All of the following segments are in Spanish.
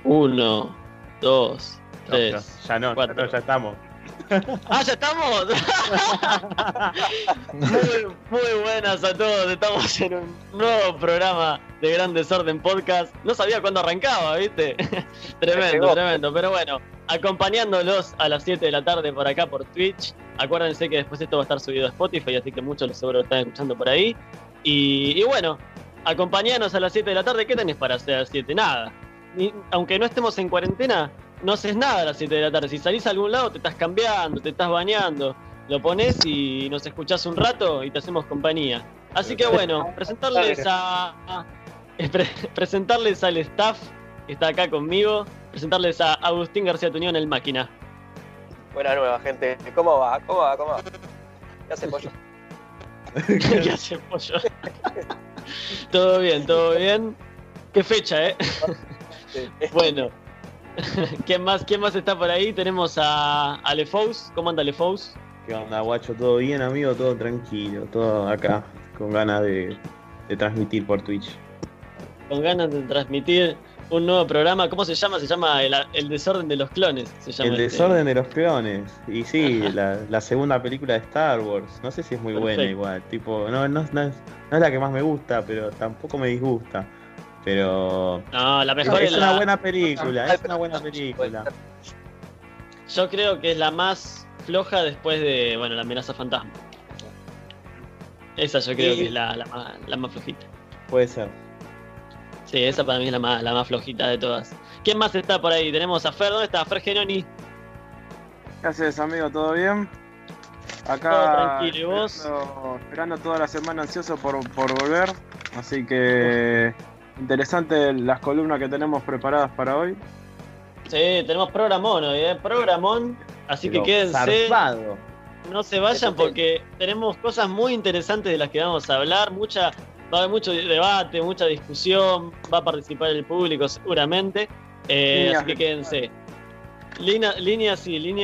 Uno, dos, No, tres, ya no, cuatro. ya estamos. ¡Ah, ya estamos! Muy buenas a todos, estamos en un nuevo programa de Gran Desorden Podcast. No sabía cuándo arrancaba, ¿viste? Tremendo, pero bueno, acompañándolos a las 7 de la tarde por acá por Twitch. Acuérdense que después esto va a estar subido a Spotify, así que muchos lo seguro lo están escuchando por ahí. Y bueno, acompañanos a las 7 de la tarde. ¿Qué tenés para hacer a las 7? Nada. Aunque no estemos en cuarentena, no haces nada a las 7 de la tarde. Si salís a algún lado, te estás cambiando, te estás bañando, lo pones y nos escuchás un rato y te hacemos compañía. Así que bueno, presentarles al staff que está acá conmigo, presentarles a Agustín García Tuñón, el máquina. Buena nueva, gente. ¿Cómo va? ¿Qué hace, pollo? ¿Qué hace, pollo? Todo bien. Qué fecha, ¿eh? Sí. Bueno. ¿Quién más está por ahí? Tenemos a Lefous. ¿Cómo anda Lefous? ¿Qué onda, guacho? ¿Todo bien, amigo? Todo tranquilo, todo acá, con ganas de transmitir por Twitch. Con ganas de transmitir un nuevo programa. ¿Cómo se llama? Se llama El Desorden de los Clones. Se llama El Desorden de los Clones. Y sí, la segunda película de Star Wars. No sé si es muy buena igual. Tipo, no es la que más me gusta, pero tampoco me disgusta. Pero no, la mejor es una buena película, Yo creo que es la más floja después de, La Amenaza Fantasma. Esa yo creo que es la más flojita. Puede ser. Sí, esa para mí es la más flojita de todas. ¿Quién más está por ahí? Tenemos a Fer. ¿Dónde está? Fer Genoni. ¿Qué haces, amigo? ¿Todo bien? Acá todo tranquilo, ¿y vos? Esperando toda la semana ansioso por volver. Así que interesante las columnas que tenemos preparadas para hoy. Sí, tenemos programón hoy, Programón. Así Pero que quédense. Zarpado. No se vayan porque tenemos cosas muy interesantes de las que vamos a hablar. Va a haber mucho debate, mucha discusión. Va a participar el público seguramente. Así que quédense. Línea.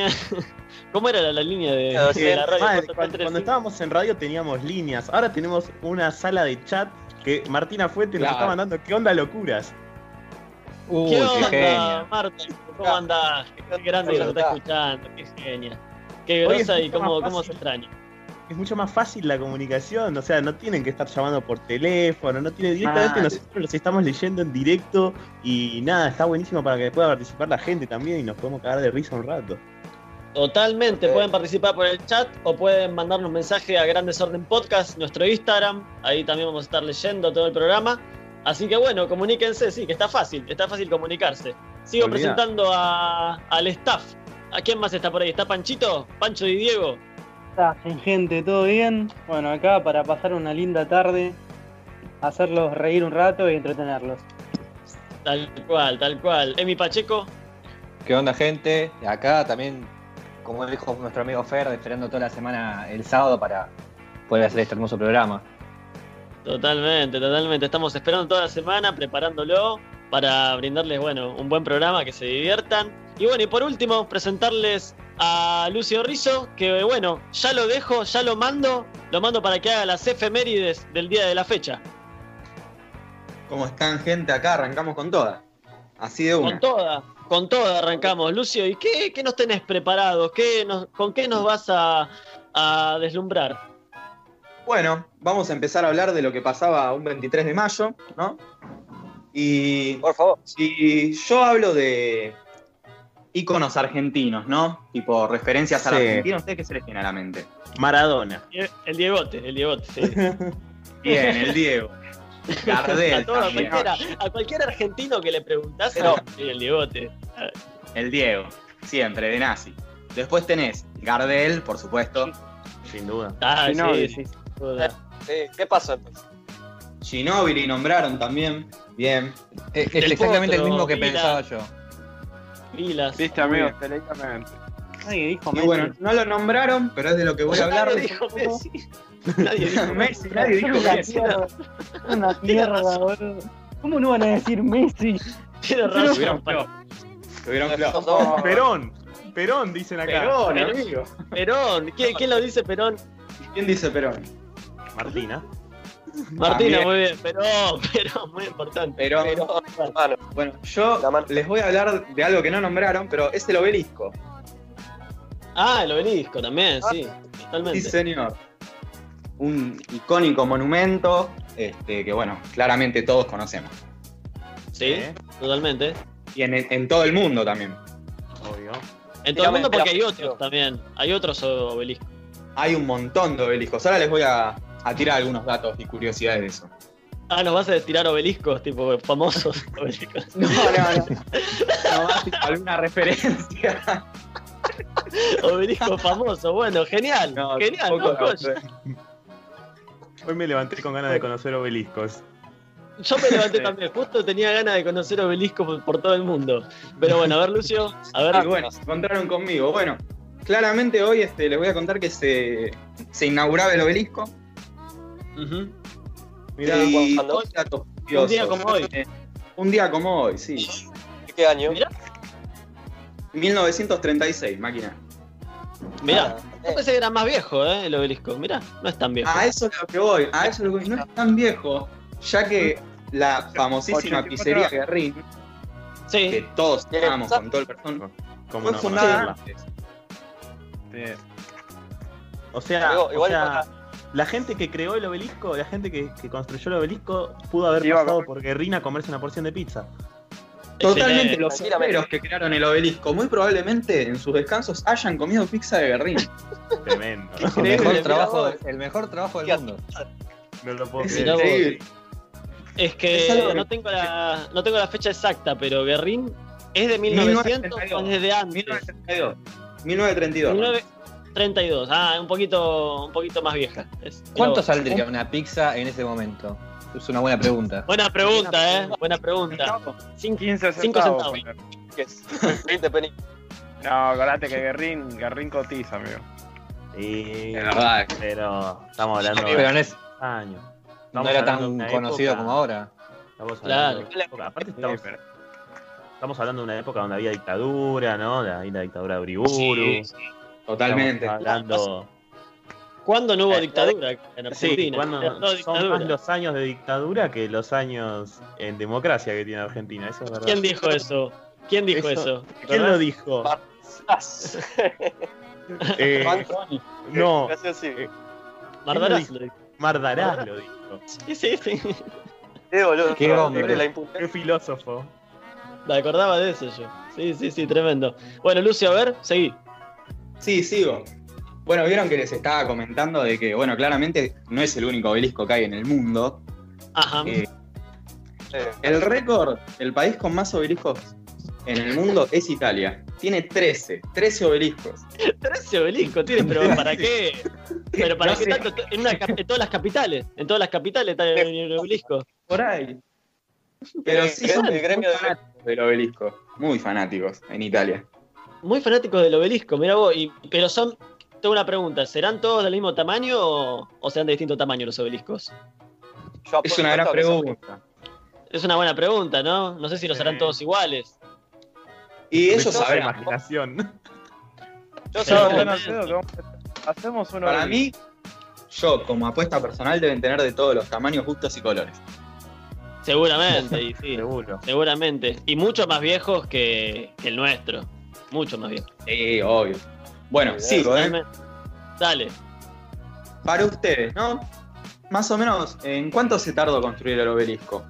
¿Cómo era la línea de la radio? Madre, cuando estábamos en radio teníamos líneas. Ahora tenemos una sala de chat que Martina Fuente nos está mandando. ¿Qué onda, locuras? ¿Qué onda, genia. Marta? ¿Cómo andás? Qué grande que nos está escuchando. Qué genia. Qué grosa y cómo se extraña. Es mucho más fácil la comunicación, o sea, no tienen que estar llamando por teléfono, directamente nosotros los estamos leyendo en directo y nada, está buenísimo para que pueda participar la gente también y nos podemos cagar de risa un rato. Totalmente, pueden participar por el chat o pueden mandarnos mensaje a Gran Desorden Podcast, nuestro Instagram, ahí también vamos a estar leyendo todo el programa. Así que bueno, comuníquense, sí, que está fácil comunicarse. Sigo presentando al staff. ¿A quién más está por ahí? ¿Está Panchito? ¿Pancho y Diego? Gente, ¿todo bien? Bueno, acá para pasar una linda tarde, hacerlos reír un rato y entretenerlos. Tal cual. Emi Pacheco. ¿Qué onda, gente? Acá también, como dijo nuestro amigo Fer, esperando toda la semana el sábado para poder hacer este hermoso programa. Totalmente. Estamos esperando toda la semana, preparándolo para brindarles, un buen programa, que se diviertan. Y por último, presentarles a Lucio Rizzo, que ya lo dejo, ya lo mando para que haga las efemérides del día de la fecha. ¿Cómo están, gente? Acá arrancamos con toda. Así de una. Con toda arrancamos. Lucio, ¿y qué nos tenés preparados? ¿Con qué nos vas a deslumbrar? Bueno, vamos a empezar a hablar de lo que pasaba un 23 de mayo, ¿no? Y por favor, si yo hablo de íconos argentinos, ¿no? Tipo referencias a la Argentina, ¿ustedes qué se les viene a la mente? Maradona. El Diegote, sí. Bien, el Diego. Gardel. A cualquier argentino que le preguntase, el Diegote. El Diego, siempre, de nazi. Después tenés Gardel, por supuesto. Sin duda. Sí. ¿Qué pasó entonces? Ginóbili nombraron también. Bien. Es exactamente el mismo que pensaba yo. Pilas. Viste, amigo, te leí la mente. Nadie dijo Y Messi. bueno, no lo nombraron, pero es de lo que voy a hablar. Nadie dijo Messi. Nadie dijo Messi, nadie dijo Messi. Una tierra, boludo. ¿Cómo no van a decir Messi? Tiene razón. Tuvieron flow. Perón, dicen acá. Perón, amigo. Perón. ¿Quién lo dice Perón? ¿Quién dice Perón? Martina. Martina, También. muy bien, pero muy importante. Pero, Hermano, bueno, yo La mano. les voy a hablar de algo que no nombraron, pero es el obelisco. Ah, el obelisco también, sí, totalmente. Sí, señor. Un icónico monumento que, bueno, claramente todos conocemos. Sí, totalmente. Y en todo el mundo también. Obvio. En todo el mundo porque hay Tirame, otros también. Hay otros obeliscos. Hay un montón de obeliscos. Ahora les voy a tirar algunos datos y curiosidades de eso. Ah, nos vas a tirar obeliscos, tipo famosos obeliscos. No. No más alguna referencia. Obeliscos famosos, bueno, genial. Genial, tampoco, ¿no, Josh? Hoy me levanté con ganas de conocer obeliscos. Yo me levanté también, justo tenía ganas de conocer obeliscos por todo el mundo. Pero bueno, a ver, Lucio, a ver. Y bueno, se encontraron conmigo. Bueno, claramente hoy les voy a contar que se inauguraba el obelisco. Ujú. Mirá, Y ¿cuándo? dos datos Un curiosos. día como hoy. Un día como hoy, sí. ¿qué año? Mirá, 1936, máquina. mirá. Yo pensé que era más viejo, el obelisco. Mirá, no es tan viejo. A eso es lo que voy. No es tan viejo, ya que la famosísima 84. pizzería Guerrín, Sí, que todos amamos con todo el corazón, ¿cómo fue no fundada conocerla? antes. O sea, Igual- la gente que creó el obelisco, la gente que construyó el obelisco, pudo haber Iba a pasado comer. por Guerrín a comerse una porción de pizza. Totalmente, excelente. los obreros que crearon el obelisco, muy probablemente en sus descansos hayan comido pizza de Guerrín. Tremendo. El Increíble, mejor, mirá trabajo, vos. el mejor trabajo del mundo. No lo puedo Es creer. Mirá vos. increíble. Es Es que algo que- no tengo la fecha exacta, pero Guerrín es de 1900 o es desde antes. 1932. 1932. 1932, un poquito más vieja. ¿Cuánto Mirá vos. saldría una pizza en ese momento? Es una buena pregunta. Buena pregunta, buena pregunta. 15 5 centavos. centavos. ¿Qué es? 20 penny. No, acordate que Guerrín cotiza, amigo. Y... Es verdad. Pero estamos hablando Pero de no, es, años. no Estamos era hablando de tan una conocido época- como ahora. Estamos Claro. hablando de una época- aparte estamos, pero- estamos hablando de una época donde había dictadura, ¿no? Ahí la dictadura de Uriburu. Sí. Totalmente. Estamos hablando... ¿Cuándo no hubo dictadura en Sí, Argentina? cuando Era todo son dictadura. más los años de dictadura que los años en democracia que tiene Argentina, eso es verdad. ¿Quién dijo eso? ¿Quién dijo eso? ¿Quién lo dijo? Eh, no, Gracias, sí. Mardarás lo dijo. Mardarás lo dijo. Sí. Qué boludo. Qué hombre. La impunidad. Qué filósofo. Me acordaba de eso yo. Sí, tremendo. Bueno, Lucio, a ver, seguí. Sí, sigo. Bueno, vieron que les estaba comentando de que, bueno, claramente no es el único obelisco que hay en el mundo. Ajá. El récord, el país con más obeliscos en el mundo es Italia. Tiene 13 obeliscos. 13 obeliscos tiene, pero ¿para qué? Pero ¿para No qué sé. tanto? En todas las capitales. En todas las capitales está el obelisco. Por ahí. Pero sí El son gremio muy de- fanáticos del obelisco. Muy fanáticos en Italia. Muy fanáticos del obelisco, mira vos. Pero son. Tengo una pregunta: ¿serán todos del mismo tamaño o serán de distinto tamaño los obeliscos? Yo Es apuesto una gran a que son- pregunta. Es una buena pregunta, ¿no? No sé si los serán todos iguales. Y ellos Toda sabrán. imaginación. Yo Sí, sé, No, sí, bueno, sí. Alfredo, que vamos a- hacemos uno. Para mí, yo como apuesta personal deben tener de todos los tamaños, gustos y colores. Seguramente, y sí. Seguro. Seguramente. Y mucho más viejos que el nuestro. Mucho más viejos. Sí, obvio. Bueno, Sí, sigo, Dale. Para ustedes, ¿no? Más o menos, ¿en cuánto se tardó construir el obelisco?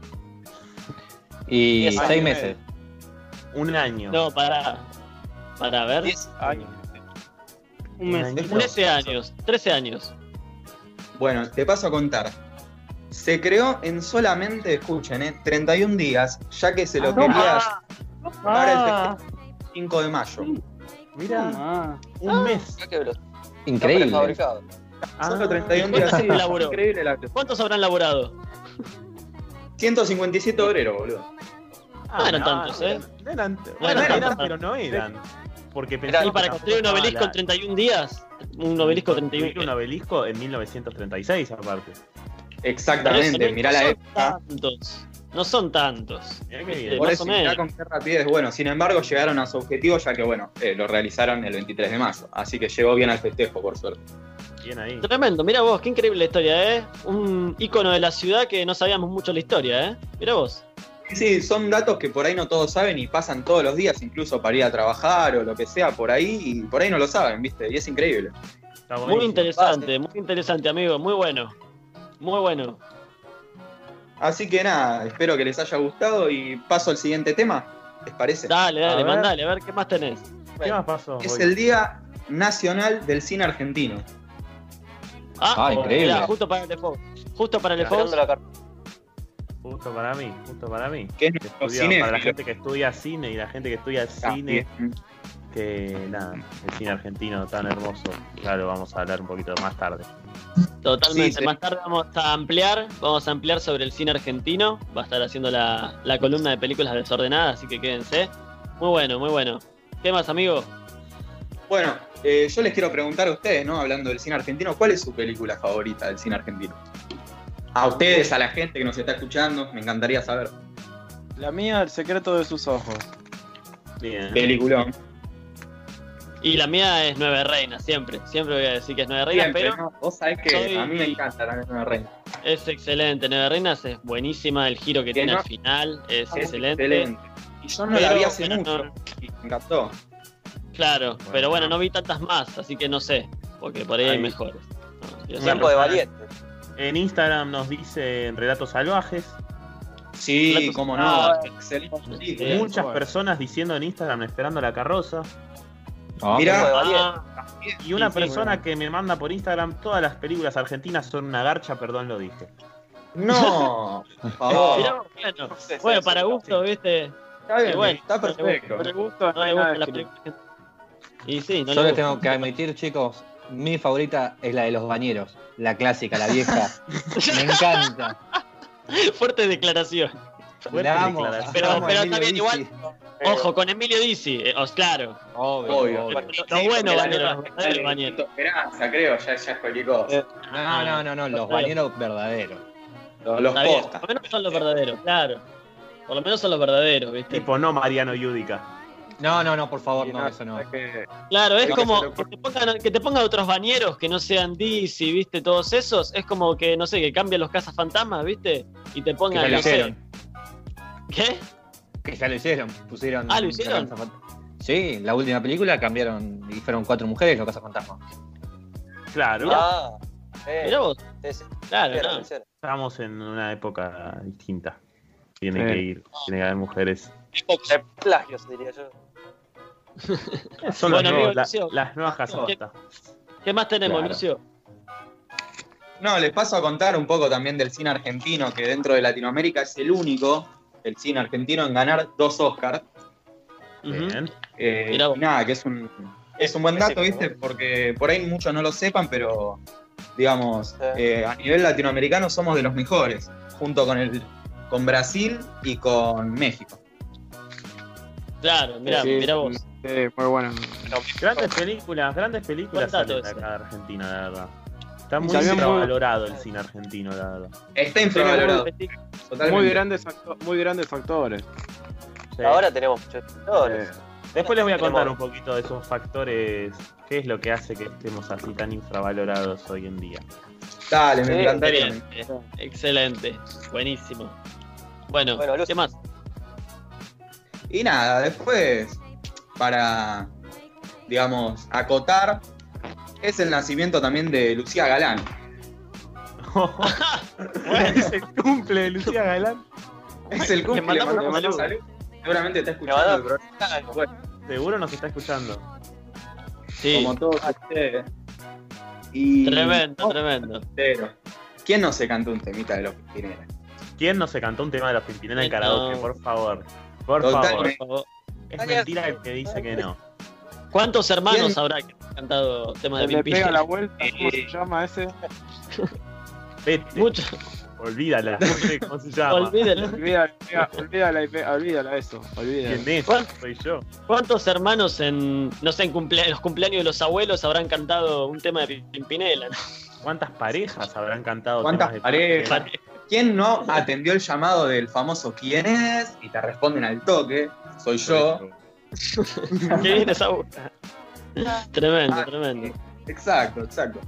Y 10 años. 6 meses. Un año. No, para ver. 10 años. Un mes. añito. 13 años. 13 años. Bueno, te paso a contar. Se creó en solamente, escuchen, 31 días, ya que se lo quería para el festejo 5 de mayo. Mira, Ah, un mes. qué veloz. Increíble. Prefabricado. Solo 31 días. ¿Cuánto se laburó? Increíble la... ¿Cuántos habrán laborado? 157 obreros, boludo. No eran tantos, ¿eh? No eran, No bueno, eran eran, tantos. pero no eran. Porque ¿Y pensamos para que construir un tampoco obelisco en estaba 31 días? Un obelisco 31 construir un obelisco en 1936, aparte. Exactamente, mirá la época. Tantos. No son tantos. Mirá qué bien. Por más eso, o mirá menos. con qué rapidez. Bueno, sin embargo, llegaron a su objetivo, ya que, bueno, lo realizaron el 23 de mayo. Así que llegó bien al festejo, por suerte. Bien ahí. Tremendo, mira vos, qué increíble historia, ¿eh? Un ícono de la ciudad que no sabíamos mucho la historia, ¿eh? Mira vos. Sí, son datos que por ahí no todos saben y pasan todos los días, incluso para ir a trabajar o lo que sea por ahí, y por ahí no lo saben, ¿viste? Y es increíble. Está buenísimo. Muy interesante, amigo, muy bueno. Muy bueno. Así que nada, espero que les haya gustado y paso al siguiente tema, ¿les parece? Dale, A ver. mandale, a ver qué más tenés. ¿Qué más pasó? Es hoy? el Día Nacional del Cine Argentino. Increíble. Mirá, justo para el Fox. Justo para el Tirando Fox. la carta. Justo para mí. ¿Qué es Que nuestro estudia- cine? para la gente que estudia cine y la gente que estudia cine, que nada, el cine argentino tan hermoso, ya lo vamos a hablar un poquito más tarde. Totalmente. Sí. Más tarde vamos a ampliar sobre el cine argentino. Va a estar haciendo la columna de películas desordenadas, así que quédense. Muy bueno, muy bueno. ¿Qué más, amigo? Bueno, yo les quiero preguntar a ustedes, ¿no? Hablando del cine argentino, ¿cuál es su película favorita del cine argentino? A ustedes, a la gente que nos está escuchando, me encantaría saber. La mía, El secreto de sus ojos. Bien. Peliculón. Y la mía es Nueve Reinas, siempre. Siempre voy a decir que es Nueve Reinas, Siempre, pero ¿no? Vos sabés que soy- a mí me encanta también Nueva Reina. es excelente. Nueve Reinas es buenísima, el giro que tiene no- al final es Es excelente. excelente. Y yo no la Pero, vi hace bueno, mucho no. y me encantó. Claro, Bueno, pero bueno, no. no vi tantas más, así que no sé, porque por ahí hay Ahí. mejores. No, quiero Una Tiempo de persona- valientes. En Instagram nos dicen Relatos Salvajes. Sí, Relatos- cómo no, Ah, excelente película. Sí. Muchas bueno. personas diciendo en Instagram esperando la carroza. Mirá. Tiempo de valientes. Ah, Y una Sí, sí, persona bueno. que me manda por Instagram, todas las películas argentinas son una garcha, perdón lo dije. No, por mirá favor. vos, bueno, No sé, bueno, sí, para sí, gusto, ¿viste? Está bien, Y bueno, está perfecto. Para gusto, no No hay le nada gustan las escrito. películas. Y sí, no Yo le les gusta. tengo que admitir, chicos, mi favorita es la de los bañeros, la clásica, la vieja. Me encanta. Fuerte declaración. Fuerte La amo. declaración. Pero- Amo a pero Emilio también Dizzi. igual- Ojo, con Emilio Dizzi, claro. Obvio, Obvio. obvio. Lo bueno, bañeros, los verdaderos bañeros. Esperanza, creo, ya es cualquier cosa. No, los bañeros verdaderos. Los Está bien, postas. por lo menos son los verdaderos, claro. Por lo menos son los verdaderos, ¿viste? Tipo no Mariano Yudica. No, por favor, Y no, eso no. es que- Claro, es Creo que se como le que te pongan otros bañeros que no sean DC, ¿viste? Todos esos. Es como que, no sé, que cambian los cazafantasmas, ¿viste? Y te Que pongan, ya lo no sé. hicieron. ¿Qué? Que ya lo hicieron. Pusieron. Ah, ¿lo hicieron? Sí, la última película cambiaron y fueron 4 mujeres los cazafantasmas. Claro, Mirá. Mirá vos, Sí, sí. claro, Hicieron, no. hicieron. estamos en una época distinta. Tiene Sí. que ir, tiene que haber mujeres. De plagios, diría yo. Son Bueno, amigo, las Lucio. nuevas cazafantasmas. ¿Qué más tenemos, Claro. Lucio? No, les paso a contar un poco también del cine argentino, que dentro de Latinoamérica es el único, el cine argentino, en ganar 2 Oscars. Ujú. Bien. Mirá vos. Nada, que es un buen dato, ¿viste? Porque por ahí muchos no lo sepan, pero digamos, a nivel latinoamericano somos de los mejores, junto con Brasil y con México. Claro, mirá, Sí, mirá vos. Sí, muy bueno. Grandes películas Buen dato salen de ese. acá de Argentina, la verdad. Está Y muy también muy- infravalorado el cine argentino, la verdad. Está infravalorado, Tiene totalmente. Muy grandes actores. Sí. Ahora tenemos muchos escritores. Después les voy a contar un tenemos- poquito de esos factores, qué es lo que hace que estemos así tan infravalorados hoy en día. Dale, me Sí, encantaría. bien, excelente, buenísimo. Bueno, Bueno, Lucio. ¿qué más? Y nada, después, para, digamos, acotar, es el nacimiento también de Lucía Galán. Es el cumple de Lucía Galán. Es el cumple, mandamos le mandamos un un saludo. Seguramente está Le escuchando el mandamos- programa. Bueno, Seguro nos está escuchando. Sí, como todos ustedes. Y tremendo, tremendo. Pero, ¿quién no se cantó un temita de los Pimpinela? ¿Quién no se cantó un tema de los Pimpinela en No. karaoke? Por favor. Por Totalmente. favor. Por favor. Es mentira el que dice que no. ¿Cuántos hermanos ¿Quién? habrá que han cantado temas de Le pega la Pimpinela? vuelta, ¿cómo se llama ese? Vete. Mucho. Olvídala. No sé cómo se llama. Olvídalo. Olvídala eso, olvídala. ¿Quién es? ¿Cuál? Soy yo. ¿Cuántos hermanos en, no sé, en los cumpleaños de los abuelos habrán cantado un tema de Pimpinela? ¿No? ¿Cuántas parejas habrán cantado ¿Cuántas temas de parejas? Pimpinela? ¿Quién no atendió el llamado del famoso ¿quién es? Y te responden al toque, soy yo. Qué bien esa boca. Tremendo, tremendo. Exacto, exacto.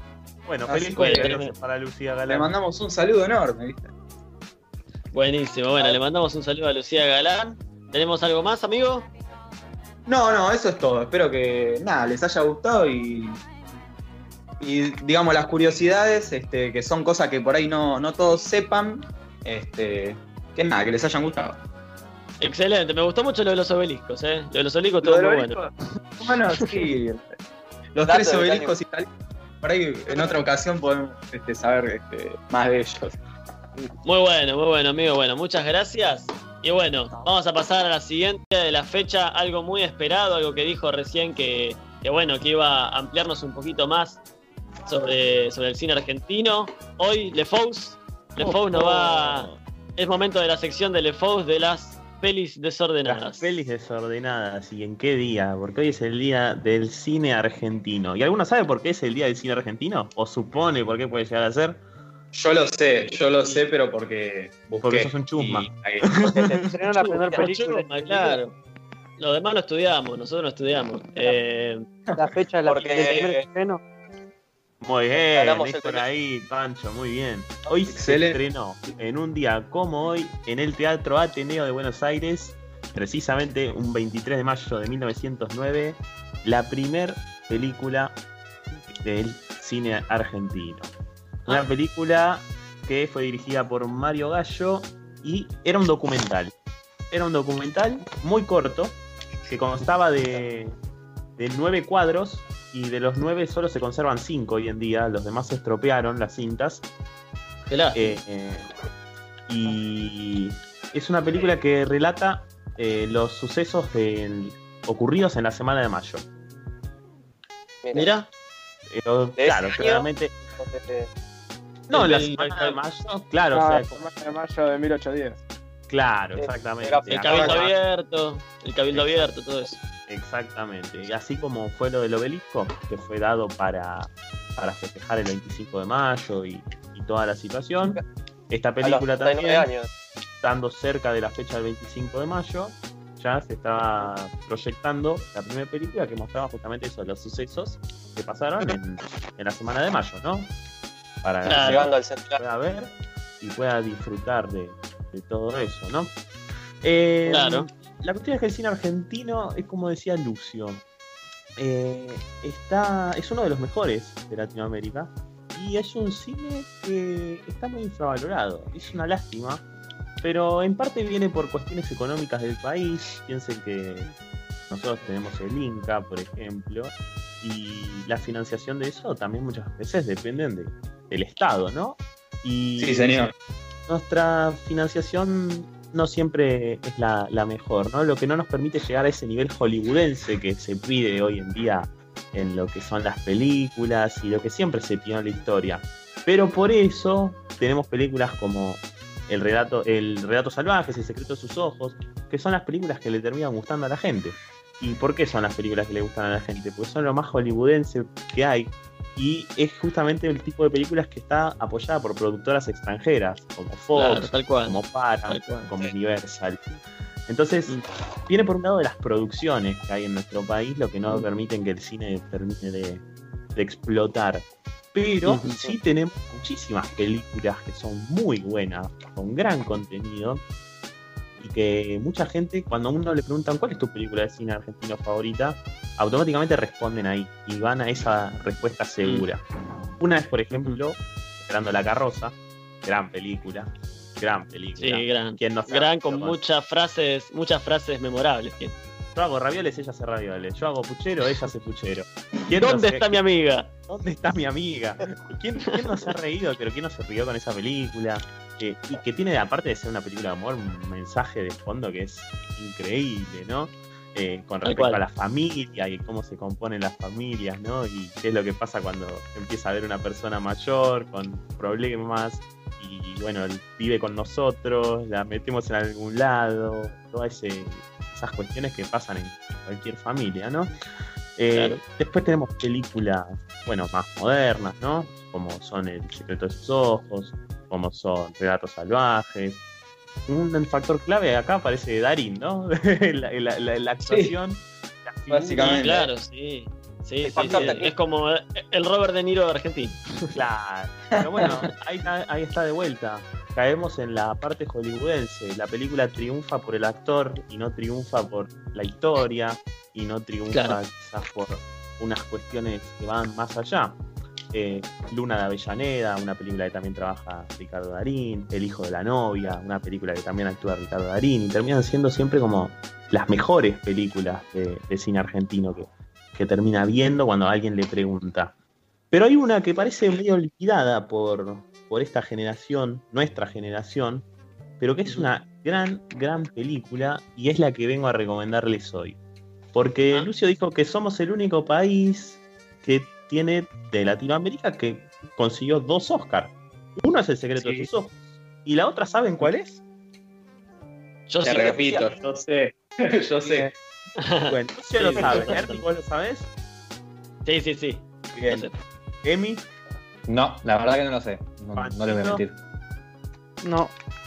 Bueno, Así feliz que, cumpleaños para Lucía Le Galán. mandamos un saludo enorme, ¿viste? Buenísimo, bueno, le mandamos un saludo a Lucía Galán. ¿Tenemos algo más, amigo? No, eso es todo. Espero que nada, les haya gustado y digamos las curiosidades, que son cosas que por ahí no todos sepan, que nada, que les hayan gustado. Excelente, me gustó mucho lo de los obeliscos, Lo de los obeliscos estuvo muy bueno. Bueno, sí. Los Dato 3 del obeliscos italianos. Por ahí en otra ocasión podemos saber más de ellos. Muy bueno, amigo. Bueno, muchas gracias. Y bueno, vamos a pasar a la siguiente de la fecha, algo muy esperado, algo que dijo recién que iba a ampliarnos un poquito más sobre el cine argentino. Hoy Le Fous nos va. Es momento de la sección de Le Fous de las pelis desordenadas. Las pelis desordenadas. ¿Y en qué día? Porque hoy es el día del cine argentino. ¿Y alguno sabe por qué es el día del cine argentino? ¿O supone por qué puede llegar a ser? Yo lo sé, pero porque busqué. Porque sos un chusma. Porque se estrenó la primera película. Claro. Los demás no estudiamos, nosotros no estudiamos. La fecha de la Porque- del primer estreno. Muy bien, Ganamos es el por primer- ahí, Pancho, muy bien. Hoy se Excelente. estrenó en un día como hoy en el Teatro Ateneo de Buenos Aires, precisamente un 23 de mayo de 1909, la primer película del cine argentino. Una película que fue dirigida por Mario Gallo y era un documental. Era un documental muy corto que constaba de 9 cuadros y de los 9 solo se conservan 5 hoy en día. Los demás se estropearon las cintas. Y es una película que relata los sucesos ocurridos en la semana de mayo. Mira, ¿De Claro, ese año? claramente. No, El la del- semana de mayo, claro, o Ah, sea, el 1 de mayo de 1810. claro, Sí, exactamente. el cabildo abierto, todo eso. Exactamente. Y así como fue lo del obelisco, que fue dado para festejar el 25 de mayo y toda la situación, esta A los película 39 también, años. estando cerca de la fecha del 25 de mayo, ya se estaba proyectando la primera película que mostraba justamente eso, los sucesos que pasaron en la semana de mayo, ¿no? Para Claro. Llegando al que centro. pueda ver y pueda disfrutar de todo eso, ¿no? Claro. La cuestión es que el cine argentino es como decía Lucio, es uno de los mejores de Latinoamérica y es un cine que está muy infravalorado. Es una lástima, pero en parte viene por cuestiones económicas del país. Piensen que nosotros tenemos el Inca, por ejemplo, y la financiación de eso también muchas veces dependen del Estado, ¿no? Y Sí, señor. nuestra financiación no siempre es la mejor, ¿no? Lo que no nos permite llegar a ese nivel hollywoodense que se pide hoy en día en lo que son las películas y lo que siempre se pidió en la historia. Pero por eso tenemos películas como El relato salvaje, El secreto de sus ojos, que son las películas que le terminan gustando a la gente. ¿Y por qué son las películas que le gustan a la gente? Porque son lo más hollywoodense que hay. Y es justamente el tipo de películas que está apoyada por productoras extranjeras, como Fox, Claro, tal cual. como Paramount, Tal cual. como Universal. Entonces, viene por un lado de las producciones que hay en nuestro país, lo que no permiten que el cine termine de explotar. Pero sí tenemos muchísimas películas que son muy buenas, con gran contenido, y que mucha gente, cuando a uno le preguntan cuál es tu película de cine argentino favorita, automáticamente responden ahí y van a esa respuesta segura. Una es, por ejemplo, Esperando la carroza, gran película. Sí, gran. ¿Quién no sabe? Gran con Pero muchas frases memorables. Yo hago ravioles, ella hace ravioles. Yo hago puchero, ella hace puchero. ¿Quién ¿Dónde no se- está mi amiga? ¿Dónde está mi amiga? ¿Quién no se ha reído? Pero ¿quién no se rió con esa película? Y que tiene, aparte de ser una película de amor, un mensaje de fondo que es increíble, ¿no? Con Tal respecto cual. a la familia y cómo se componen las familias, ¿no? Y qué es lo que pasa cuando empieza a haber una persona mayor con problemas y bueno, él vive con nosotros, la metemos en algún lado, todas esas cuestiones que pasan en cualquier familia, ¿no? Claro. Después tenemos películas, bueno, más modernas, ¿no? Como son El secreto de sus ojos, como son Relatos salvajes. Un factor clave acá parece Darín, ¿no? la actuación, la figura. básicamente. Claro, sí. Sí, sí, factor sí, técnico. es como el Robert De Niro argentino. Claro. Pero bueno, ahí está de vuelta. Caemos en la parte hollywoodense. La película triunfa por el actor y no triunfa por la historia y no triunfa Claro. quizás por unas cuestiones que van más allá. Luna de Avellaneda, una película que también trabaja Ricardo Darín, El hijo de la novia, una película que también actúa Ricardo Darín, y terminan siendo siempre como las mejores películas de cine argentino que termina viendo cuando alguien le pregunta. Pero hay una que parece medio olvidada por esta generación, nuestra generación, pero que es una gran película y es la que vengo a recomendarles hoy. Porque Lucio dijo que somos el único país que tiene de Latinoamérica que consiguió 2 Oscars. Uno es El secreto de sus ojos. ¿Y la otra saben cuál es? Yo Te sí. repito, yo sé. Yo sé. Bueno, Lucio lo sabe. Ernie, ¿vos lo sabés? Sí, sí, sí. Bien. Lo sé. Emi, No, la verdad que no lo sé. No le voy a mentir. No.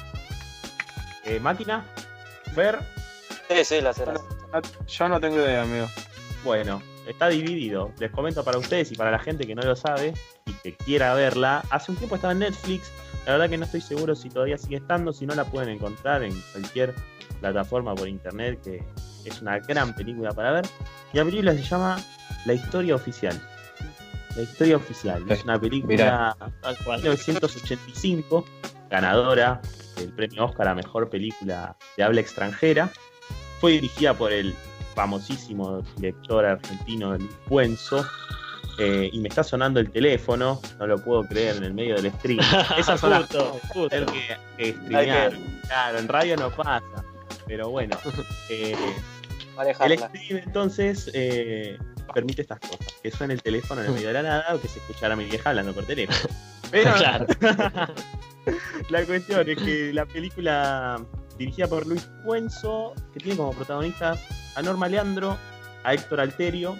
Máquina, Fer. Sí, la sé. Yo no tengo idea, amigo. Bueno, está dividido. Les comento para ustedes y para la gente que no lo sabe y que quiera verla. Hace un tiempo estaba en Netflix. La verdad que no estoy seguro si todavía sigue estando. Si no, la pueden encontrar en cualquier plataforma por internet, que es una gran película para ver. Y la película se llama La historia oficial. La historia oficial. Es una película Tal cual. 1985, ganadora del premio Oscar a mejor película de habla extranjera. Fue dirigida por el famosísimo director argentino Luis Puenzo. Y me está sonando el teléfono, no lo puedo creer, en el medio del stream. Esas son las Justo, cosas justo. que streamear. Claro, en radio no pasa. Pero bueno, el Manejarla. stream entonces permite estas cosas: que suene el teléfono en el medio de la nada o que se escuchara a mi vieja hablando por teléfono. Pero Claro. la cuestión es que la película, dirigida por Luis Puenzo, que tiene como protagonistas a Norma Leandro, a Héctor Alterio,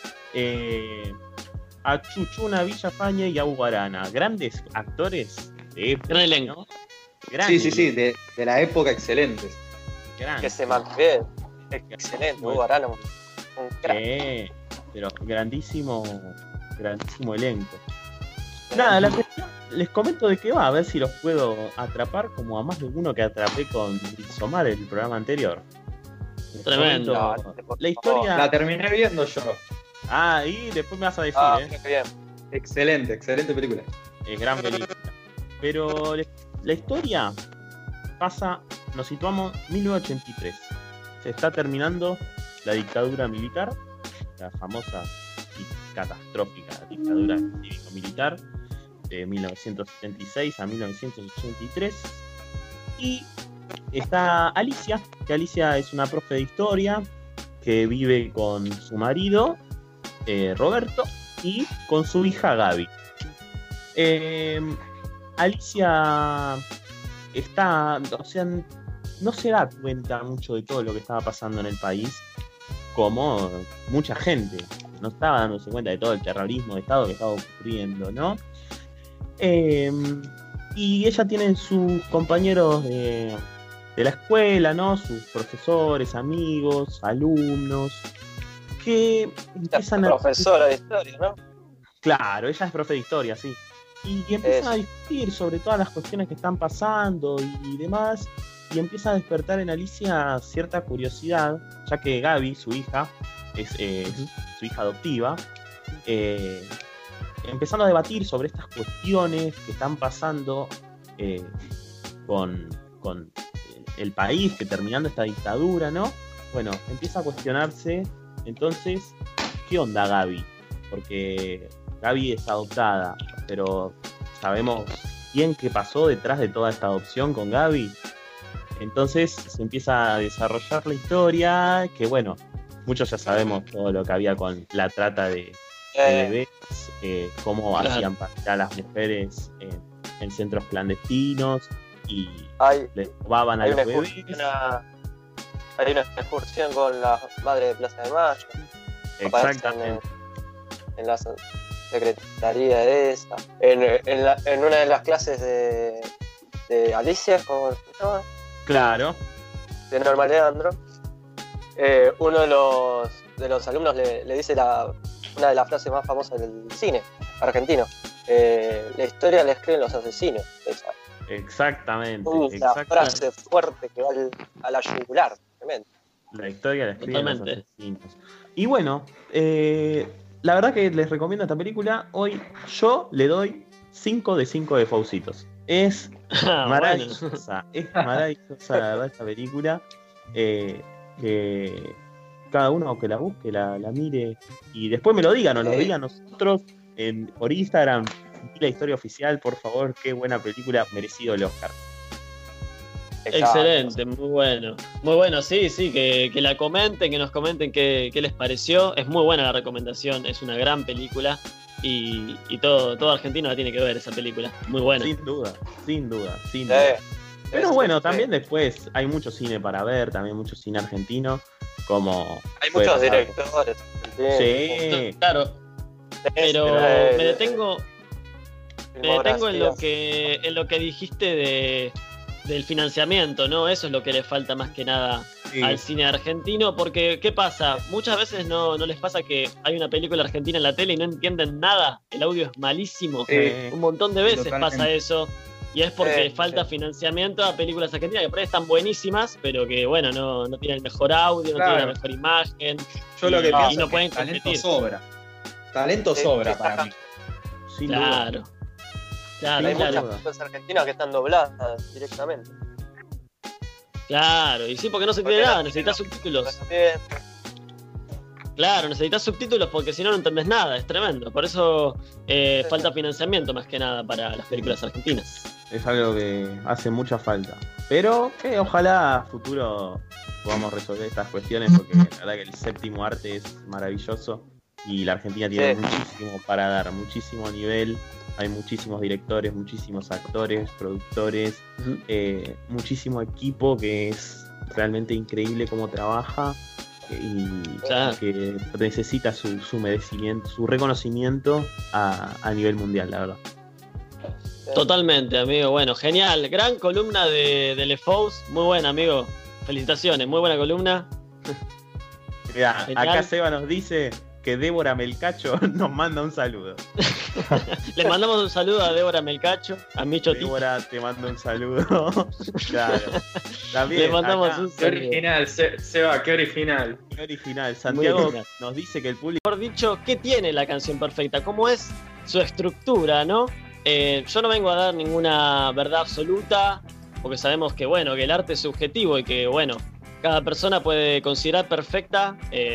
a Chuchuna Villafañe y a Hugo Arana. Grandes actores de época, Gran elenco. ¿no? Grandes, Sí, de la época excelentes. grandes. Que se mantiene. Excelente, Hugo Arana. Un crack. Pero grandísimo elenco. Nada, la cuestión, les comento de qué va, a ver si los puedo atrapar como a más de uno que atrapé con Midsommar el programa anterior. Les Tremendo. comento la historia. La terminé viendo yo. Y después me vas a decir, Qué bien. Excelente película. Es gran película. Pero la historia pasa, nos situamos en 1983. Se está terminando la dictadura militar, la famosa y catastrófica dictadura cívico-militar de 1976 a 1983. Y está Alicia, que Alicia es una profe de historia que vive con su marido, Roberto, y con su hija Gaby. Alicia está, o sea, no se da cuenta mucho de todo lo que estaba pasando en el país, como mucha gente. No estaba dándose cuenta de todo el terrorismo de Estado que estaba ocurriendo, ¿no? Y ella tiene sus compañeros de la escuela, ¿no? Sus profesores, amigos, alumnos, que empiezan a... Profesora de historia, ¿no? Claro, ella es profe de historia, sí. Y empiezan a discutir sobre todas las cuestiones que están pasando y demás. Y empieza a despertar en Alicia cierta curiosidad, ya que Gaby, su hija, es su hija adoptiva, empezando a debatir sobre estas cuestiones que están pasando con el país, que terminando esta dictadura, ¿no? Bueno, empieza a cuestionarse, entonces, ¿qué onda Gaby? Porque Gaby es adoptada, pero sabemos bien qué pasó detrás de toda esta adopción con Gaby. Entonces se empieza a desarrollar la historia, que bueno, muchos ya sabemos todo lo que había con la trata de bebés, cómo hacían pasar a las mujeres en centros clandestinos y le robaban a los bebés. Hay una excursión con la madre de Plaza de Mayo. Exactamente. En la secretaría de esa. En una de las clases de Alicia, ¿cómo se llama? Claro. De Norma Leandro. Uno de los alumnos le dice una de las frases más famosas del cine argentino. La historia la escriben los asesinos. Esa. Exactamente. Una frase fuerte que va a la yugular. Tremendo. La historia la escriben los asesinos. Y bueno, la verdad que les recomiendo esta película. Hoy yo le doy 5 de 5 de Faucitos. Es maravillosa. Bueno. Es maravillosa, la verdad, esta película. Que cada uno que la busque, la mire y después me lo diga, nos lo digan nosotros por Instagram. La historia oficial, por favor, qué buena película, merecido el Oscar. Excelente, muy bueno, sí, que la comenten, que nos comenten qué les pareció. Es muy buena la recomendación, es una gran película y todo argentino la tiene que ver esa película, muy buena. Sin duda. Pero bueno, también después hay mucho cine para ver, también mucho cine argentino, como... Hay muchos directores. Sí. Claro, pero me detengo en lo que dijiste del financiamiento, ¿no? Eso es lo que le falta más que nada al cine argentino, porque ¿qué pasa? Muchas veces no les pasa que hay una película argentina en la tele y no entienden nada, el audio es malísimo, un montón de veces pasa eso. Y es porque falta financiamiento a películas argentinas que por ahí están buenísimas, pero que bueno, no tienen el mejor audio, no tienen la mejor imagen. Yo lo que pienso no es pueden que talento competir. Talento sobra para mí. Claro. Hay muchas películas argentinas que están dobladas directamente. Claro, y sí, porque no se entiende nada, necesitas subtítulos. Claro, necesitas subtítulos porque si no entendés nada, es tremendo. Por eso falta financiamiento más que nada para las películas argentinas. Es algo que hace mucha falta. Pero ojalá a futuro podamos resolver estas cuestiones, porque la verdad que el séptimo arte es maravilloso y la Argentina tiene muchísimo para dar, muchísimo nivel. Hay muchísimos directores, muchísimos actores, productores, muchísimo equipo que es realmente increíble cómo trabaja y que necesita su merecimiento, su reconocimiento a nivel mundial, la verdad. Totalmente, amigo. Bueno, genial. Gran columna de Le Fous. Muy buena, amigo. Felicitaciones. Muy buena columna. Mirá, acá Seba nos dice que Débora Melcacho nos manda un saludo. Le mandamos un saludo a Débora Melcacho, a Micho Tito. Débora, te mando un saludo. Claro. También, le mandamos acá, un saludo. Qué original, Seba, qué original. Qué original. Santiago nos dice que el público... Por dicho, ¿qué tiene la canción perfecta? ¿Cómo es su estructura, no? Yo no vengo a dar ninguna verdad absoluta, porque sabemos que, bueno, que el arte es subjetivo y que, bueno, cada persona puede considerar perfecta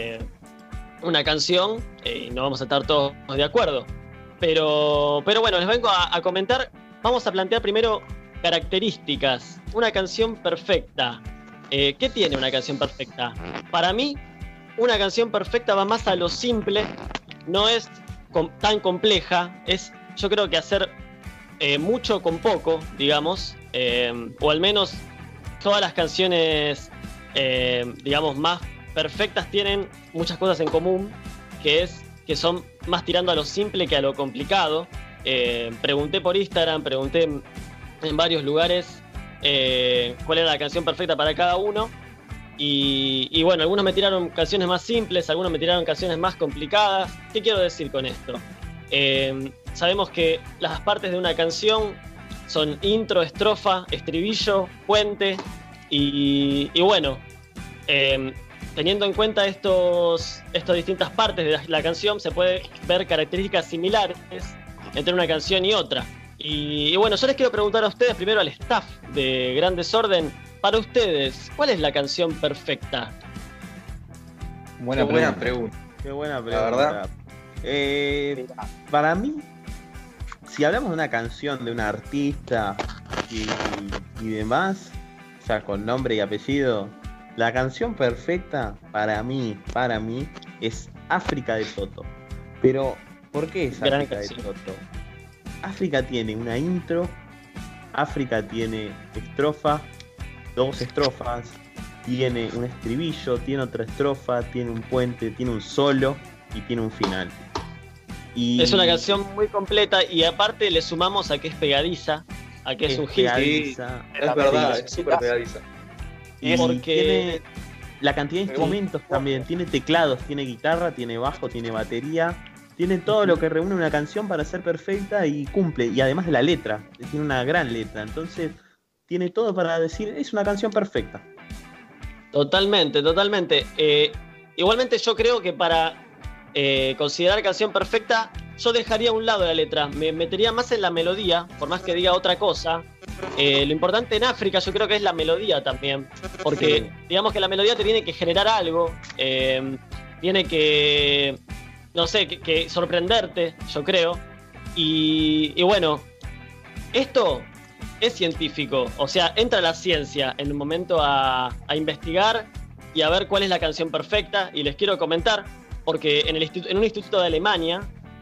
una canción y no vamos a estar todos de acuerdo. Pero bueno, les vengo a comentar. Vamos a plantear primero características. Una canción perfecta. ¿Qué tiene una canción perfecta? Para mí, una canción perfecta va más a lo simple. No es tan compleja. Es, yo creo que hacer mucho con poco, digamos. O al menos todas las canciones, digamos, más perfectas tienen muchas cosas en común, que son más tirando a lo simple que a lo complicado. Pregunté por Instagram, pregunté en varios lugares cuál era la canción perfecta para cada uno y bueno, algunos me tiraron canciones más simples, algunos me tiraron canciones más complicadas. ¿Qué quiero decir con esto? Sabemos que las partes de una canción son intro, estrofa, estribillo, puente y bueno, teniendo en cuenta estas distintas partes de la canción, se puede ver características similares entre una canción y otra. Y bueno, yo les quiero preguntar a ustedes, primero al staff de Gran Desorden, para ustedes, ¿cuál es la canción perfecta? Buena pregunta. Qué buena pregunta. La verdad. Para mí, si hablamos de una canción de un artista y demás, o sea, con nombre y apellido, la canción perfecta para mí es África de Toto. Pero, ¿por qué es África de Toto? África tiene una intro, África tiene estrofa, 2 estrofas, tiene un estribillo, tiene otra estrofa, tiene un puente, tiene un solo y tiene un final. Es una canción muy completa y aparte le sumamos a que es pegadiza, a que es un hit. Es verdad, es súper pegadiza. Y porque la cantidad de instrumentos también. Tiene teclados, tiene guitarra, tiene bajo, tiene batería. Tiene todo lo que reúne una canción para ser perfecta y cumple. Y además de la letra, tiene una gran letra. Entonces, tiene todo para decir, es una canción perfecta. Totalmente. Igualmente yo creo que para considerar canción perfecta, yo dejaría a un lado la letra. Me metería más en la melodía, por más que diga otra cosa. Lo importante en África yo creo que es la melodía también. Porque digamos que la melodía te tiene que generar algo. Tiene que... no sé, que sorprenderte, yo creo. Y bueno, esto es científico. O sea, entra la ciencia en un momento a investigar y a ver cuál es la canción perfecta. Y les quiero comentar, porque en un instituto de Alemania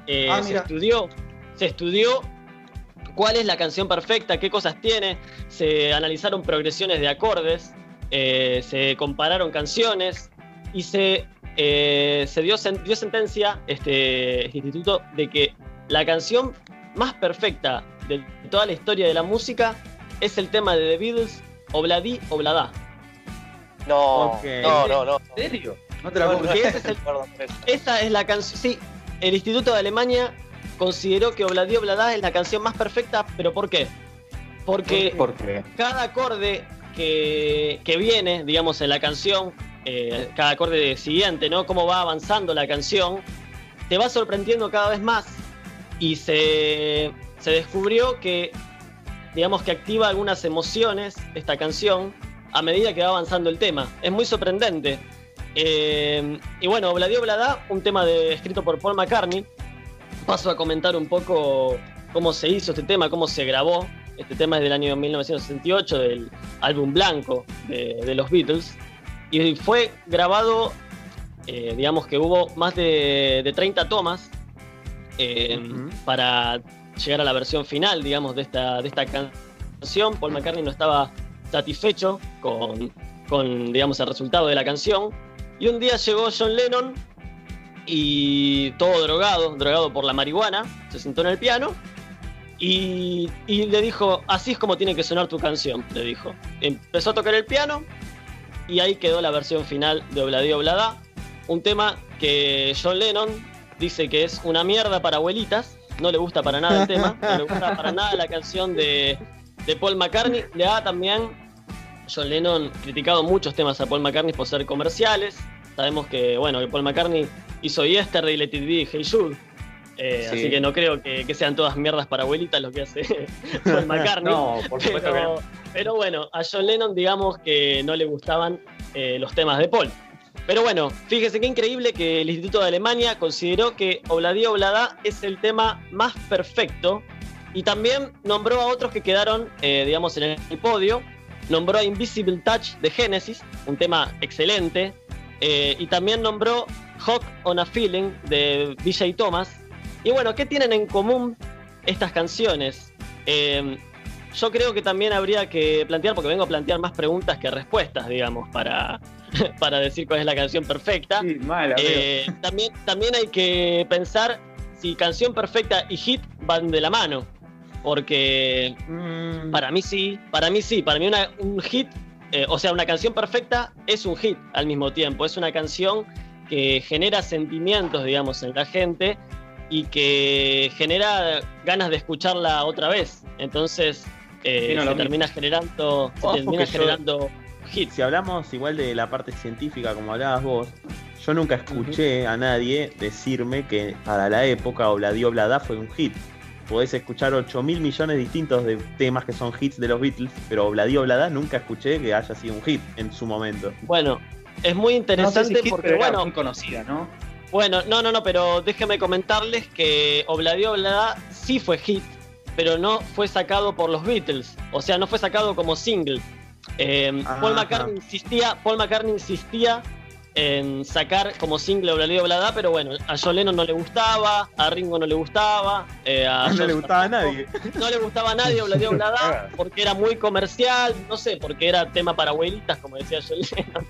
se estudió cuál es la canción perfecta, qué cosas tiene. Se analizaron progresiones de acordes, se compararon canciones y se dio sentencia este instituto de que la canción más perfecta de toda la historia de la música es el tema de The Beatles, Obladi Oblada. No. ¿En serio? No te la puedo creer. Esa es la canción. Sí, el instituto de Alemania consideró que Obladi Oblada es la canción más perfecta, pero ¿por qué? Porque cada acorde que viene, digamos, en la canción, cada acorde siguiente, ¿no? Cómo va avanzando la canción, te va sorprendiendo cada vez más y se descubrió que, digamos, que activa algunas emociones esta canción a medida que va avanzando el tema. Es muy sorprendente. Y bueno, Obladi Oblada, un tema escrito por Paul McCartney. Paso a comentar un poco cómo se hizo este tema, cómo se grabó. Este tema es del año 1968, del álbum blanco de los Beatles. Y fue grabado, digamos que hubo más de 30 tomas para llegar a la versión final, digamos, de esta canción. Paul McCartney no estaba satisfecho con, digamos, el resultado de la canción. Y un día llegó John Lennon y todo drogado por la marihuana, se sentó en el piano y le dijo, así es como tiene que sonar tu canción, le dijo. Empezó a tocar el piano y ahí quedó la versión final de Obladi Oblada, un tema que John Lennon dice que es una mierda para abuelitas, no le gusta para nada el tema, no le gusta para nada la canción de Paul McCartney. Le ha también John Lennon criticado muchos temas a Paul McCartney por ser comerciales. Sabemos que, bueno, que Paul McCartney hizo Yesterday, Let It Be, Hey Jude. Así que no creo que sean todas mierdas para abuelitas lo que hace Paul McCartney. No, por supuesto que no. Pero bueno, a John Lennon digamos que no le gustaban los temas de Paul. Pero bueno, fíjese qué increíble que el Instituto de Alemania consideró que Obladi Oblada es el tema más perfecto y también nombró a otros que quedaron, digamos, en el podio. Nombró a Invisible Touch de Genesis, un tema excelente, y también nombró Hawk on a Feeling de BJ Thomas. Y bueno, ¿qué tienen en común estas canciones? Yo creo que también habría que plantear, porque vengo a plantear más preguntas que respuestas, digamos, para decir cuál es la canción perfecta. Sí, mala, también hay que pensar si canción perfecta y hit van de la mano. Porque para mí sí. Para mí un hit, o sea, una canción perfecta es un hit al mismo tiempo. Es una canción que genera sentimientos, digamos, en la gente y que genera ganas de escucharla otra vez. Entonces se termina generando hits. Si hablamos igual de la parte científica, como hablabas vos, yo nunca escuché a nadie decirme que para la época Obladi Oblada fue un hit. Podés escuchar 8.000 millones distintos de temas que son hits de los Beatles, pero Obladi Oblada nunca escuché que haya sido un hit en su momento. Bueno, es muy interesante, no sé si porque era muy conocida, ¿no? Bueno, no, pero déjenme comentarles que Obladi Oblada sí fue hit, pero no fue sacado por los Beatles, o sea, no fue sacado como single. Paul McCartney insistía en sacar como single Obladi Oblada, pero bueno, a John Lennon no le gustaba, a Ringo no le gustaba, no le gustaba a nadie. No le gustaba a nadie Obladi Oblada porque era muy comercial, no sé, porque era tema para abuelitas, como decía John Lennon.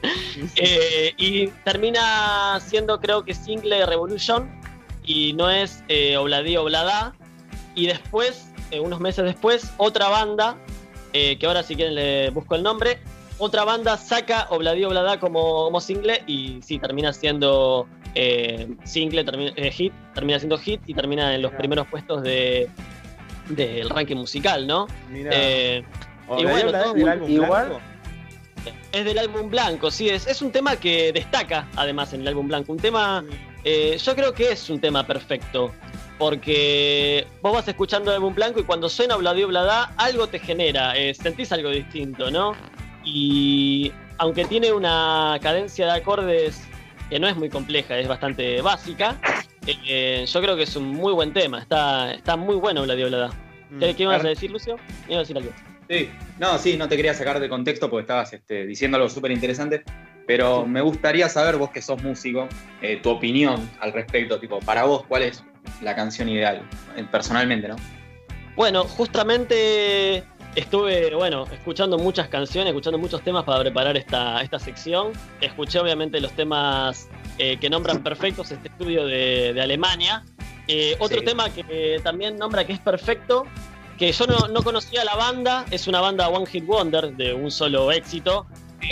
Y termina siendo, creo que single Revolution y no es Obladi Oblada. Y después, unos meses después, otra banda, que ahora si quieren le busco el nombre, otra banda saca Obladi Oblada como single y sí, termina siendo single, hit, termina siendo hit y termina en los primeros puestos del ranking musical, ¿no? Mira. Y bueno, todo, del álbum igual. blanco. es del álbum blanco, sí, es un tema que destaca además en el álbum blanco, un tema, yo creo que es un tema perfecto, porque vos vas escuchando el álbum blanco y cuando suena Obladi Oblada algo te genera, sentís algo distinto, ¿no? Y aunque tiene una cadencia de acordes que no es muy compleja, es bastante básica, yo creo que es un muy buen tema, está muy bueno Obladi Oblada. ¿Qué ibas a decir, Lucio? Iba a decir algo. Sí, no te quería sacar de contexto porque estabas diciendo algo súper interesante, pero me gustaría saber, vos que sos músico, tu opinión al respecto, tipo, para vos, ¿cuál es la canción ideal, personalmente, no? Bueno, justamente estuve, escuchando muchas canciones, escuchando muchos temas para preparar esta sección. Escuché obviamente los temas que nombran perfectos, este estudio de Alemania. Otro tema que también nombra que es perfecto, que yo no conocía la banda, es una banda One Hit Wonder, de un solo éxito.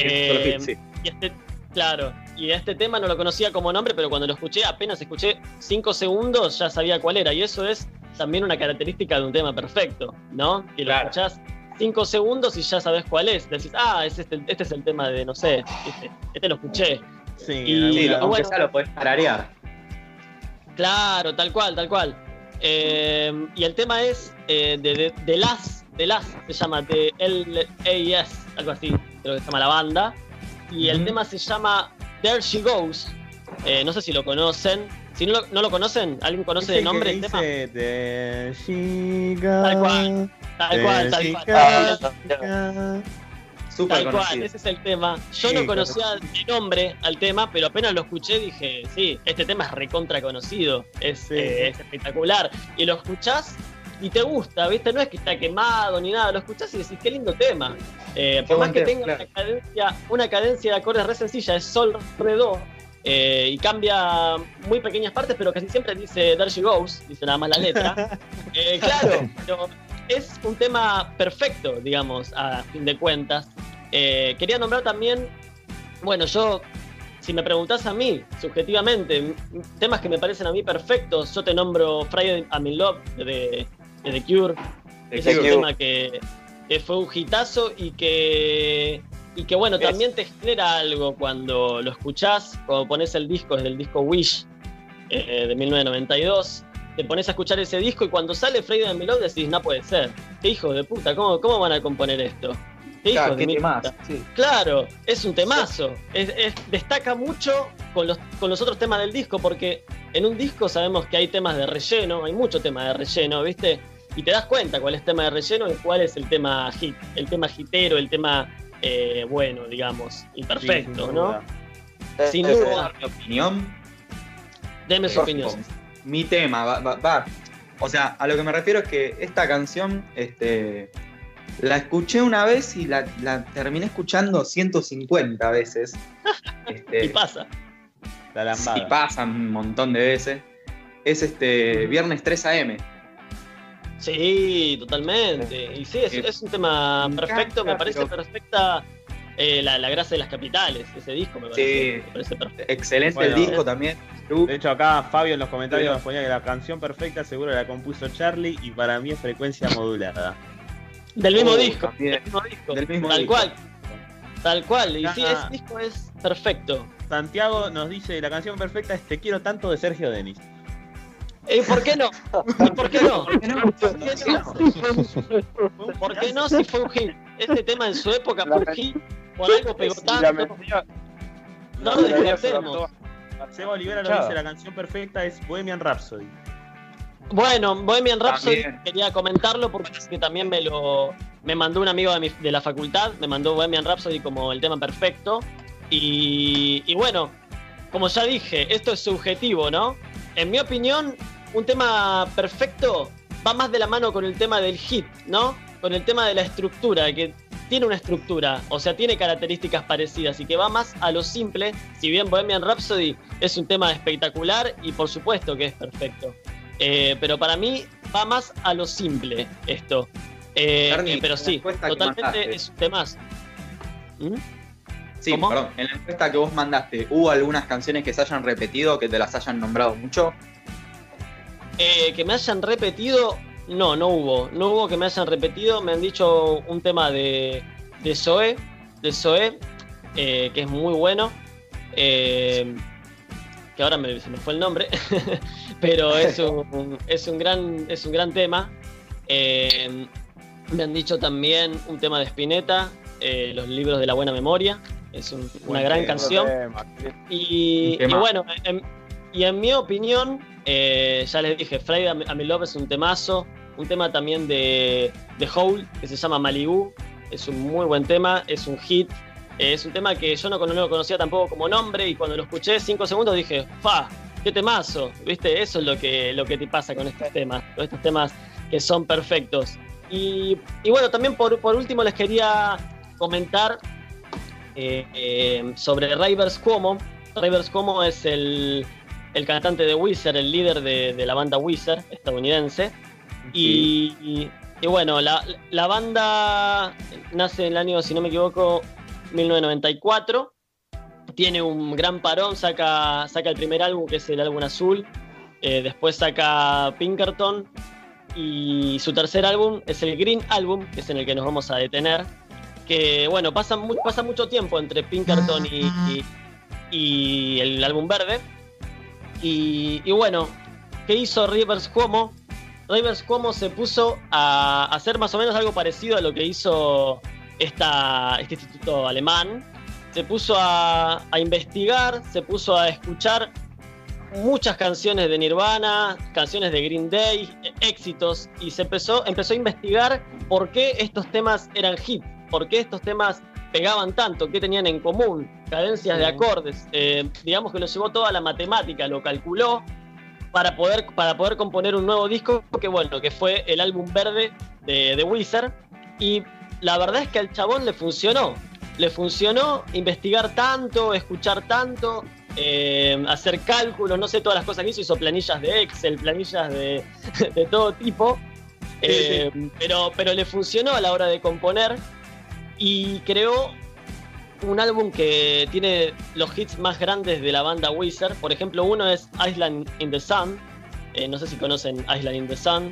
Y este tema no lo conocía como nombre, pero cuando lo escuché, apenas escuché 5 segundos, ya sabía cuál era. Y eso es también una característica de un tema perfecto, ¿no? Que lo escuchás 5 segundos y ya sabés cuál es. Decís, este es el tema de, no sé, este lo escuché. Aunque ya lo podés tararear. Claro, tal cual. Y el tema es de Las se llama, de LAS, algo así, creo que se llama la banda. Y el tema se llama There She Goes. No sé si lo conocen. Si no lo conocen, ¿alguien conoce de nombre el tema? There she goes. Tal cual. Súper Tal cual, ese es el tema. Yo no conocía de nombre al tema, pero apenas lo escuché dije, sí, este tema es recontra conocido, es espectacular. Y lo escuchás y te gusta, ¿viste? No es que está quemado ni nada, lo escuchás y decís, qué lindo tema. Por más que tenga una cadencia de acordes re sencilla, es sol, re, do, y cambia muy pequeñas partes, pero casi siempre dice There She Goes, dice nada más la letra. Claro, pero es un tema perfecto, digamos, a fin de cuentas. Quería nombrar también, yo, si me preguntás a mí, subjetivamente, temas que me parecen a mí perfectos, yo te nombro Friday I'm in Love de The Cure. Ese es un tema que fue un hitazo y que también te genera algo cuando lo escuchás, cuando pones el disco, desde el disco Wish de 1992. Te pones a escuchar ese disco y cuando sale Friday I'm in Love decís, no puede ser, qué hijos de puta, ¿cómo van a componer esto? ¿Qué hijos de puta? Sí. Claro, es un temazo, destaca mucho con los otros temas del disco, porque en un disco sabemos que hay temas de relleno, hay mucho tema de relleno, ¿viste? Y te das cuenta cuál es el tema de relleno y cuál es el tema hit, el tema hitero, el tema digamos, imperfecto, sí, ¿no? Sin duda. Mi opinión. Deme su opinión. Mi tema, va. O sea, a lo que me refiero es que esta canción, la escuché una vez y la terminé escuchando 150 veces. Y pasa. Sí, pasa un montón de veces. Es viernes 3 AM. Sí, totalmente. Y sí, es un tema perfecto, me parece perfecta la gracia de las capitales, ese disco me parece perfecto. Excelente el disco también. De hecho, acá Fabio en los comentarios nos ponía que la canción perfecta seguro la compuso Charlie y para mí es frecuencia modulada. Del mismo disco. Del mismo Tal disco. cual. Tal cual. Y sí, ese disco es perfecto. Santiago nos dice, la canción perfecta es Te quiero tanto de Sergio Denis. ¿Y por qué no? ¿Y por qué no? ¿Por qué no si fue un hit? Este tema en su época fue un hit, por algo pegó tanto. No lo descartemos. Seba Olivera lo dice, la canción perfecta es Bohemian Rhapsody. Bueno, Bohemian Rhapsody quería comentarlo porque también me mandó un amigo de la facultad, me mandó Bohemian Rhapsody como el tema perfecto. Y bueno, como ya dije, esto es subjetivo, ¿no? En mi opinión, un tema perfecto va más de la mano con el tema del hit, ¿no? Con el tema de la estructura, que tiene una estructura, o sea, tiene características parecidas y que va más a lo simple, si bien Bohemian Rhapsody es un tema espectacular y por supuesto que es perfecto. Pero para mí va más a lo simple esto. Pero sí, totalmente es un temazo. Sí, ¿Cómo? perdón. En la encuesta que vos mandaste, ¿hubo algunas canciones que se hayan repetido, que te las hayan nombrado mucho? Que me hayan repetido, no hubo que me hayan repetido. Me han dicho un tema de Zoé, que es muy bueno, que ahora se me fue el nombre, pero es un gran tema. Me han dicho también un tema de Spinetta, Los libros de la buena memoria, es una gran canción. Y bueno, en mi opinión, ya les dije, Friday I'm in Love es un temazo. Un tema también de Hole que se llama Malibu, es un muy buen tema, es un hit. Es un tema que yo no lo conocía tampoco como nombre, y cuando lo escuché 5 segundos dije, ¡fa! ¡Qué temazo! ¿Viste? Eso es lo que te pasa con estos temas que son perfectos. Y bueno, también por último les quería comentar sobre Rivers Cuomo. Rivers Cuomo es el cantante de Weezer, el líder de la banda Weezer estadounidense. Sí. Y bueno, la banda nace en el año, si no me equivoco, 1994. Tiene un gran parón, saca el primer álbum, que es el álbum azul. Después saca Pinkerton. Y su tercer álbum es el Green Album, que es en el que nos vamos a detener. Que bueno, pasa mucho tiempo entre Pinkerton y el álbum verde. Y bueno, ¿qué hizo Rivers Cuomo? Rivers Cuomo se puso a hacer más o menos algo parecido a lo que hizo este instituto alemán. Se puso a investigar, se puso a escuchar muchas canciones de Nirvana, canciones de Green Day, éxitos, y se empezó a investigar por qué estos temas eran hits, por qué estos temas pegaban tanto, qué tenían en común, cadencias de acordes. Digamos que lo llevó toda la matemática, lo calculó para poder componer un nuevo disco, que fue el álbum verde de Weezer. Y la verdad es que al chabón le funcionó investigar tanto, escuchar tanto, hacer cálculos, no sé, todas las cosas que hizo planillas de Excel, planillas de todo tipo, pero le funcionó a la hora de componer y creó un álbum que tiene los hits más grandes de la banda Weezer. Por ejemplo, uno es Island in the Sun. No sé si conocen Island in the Sun.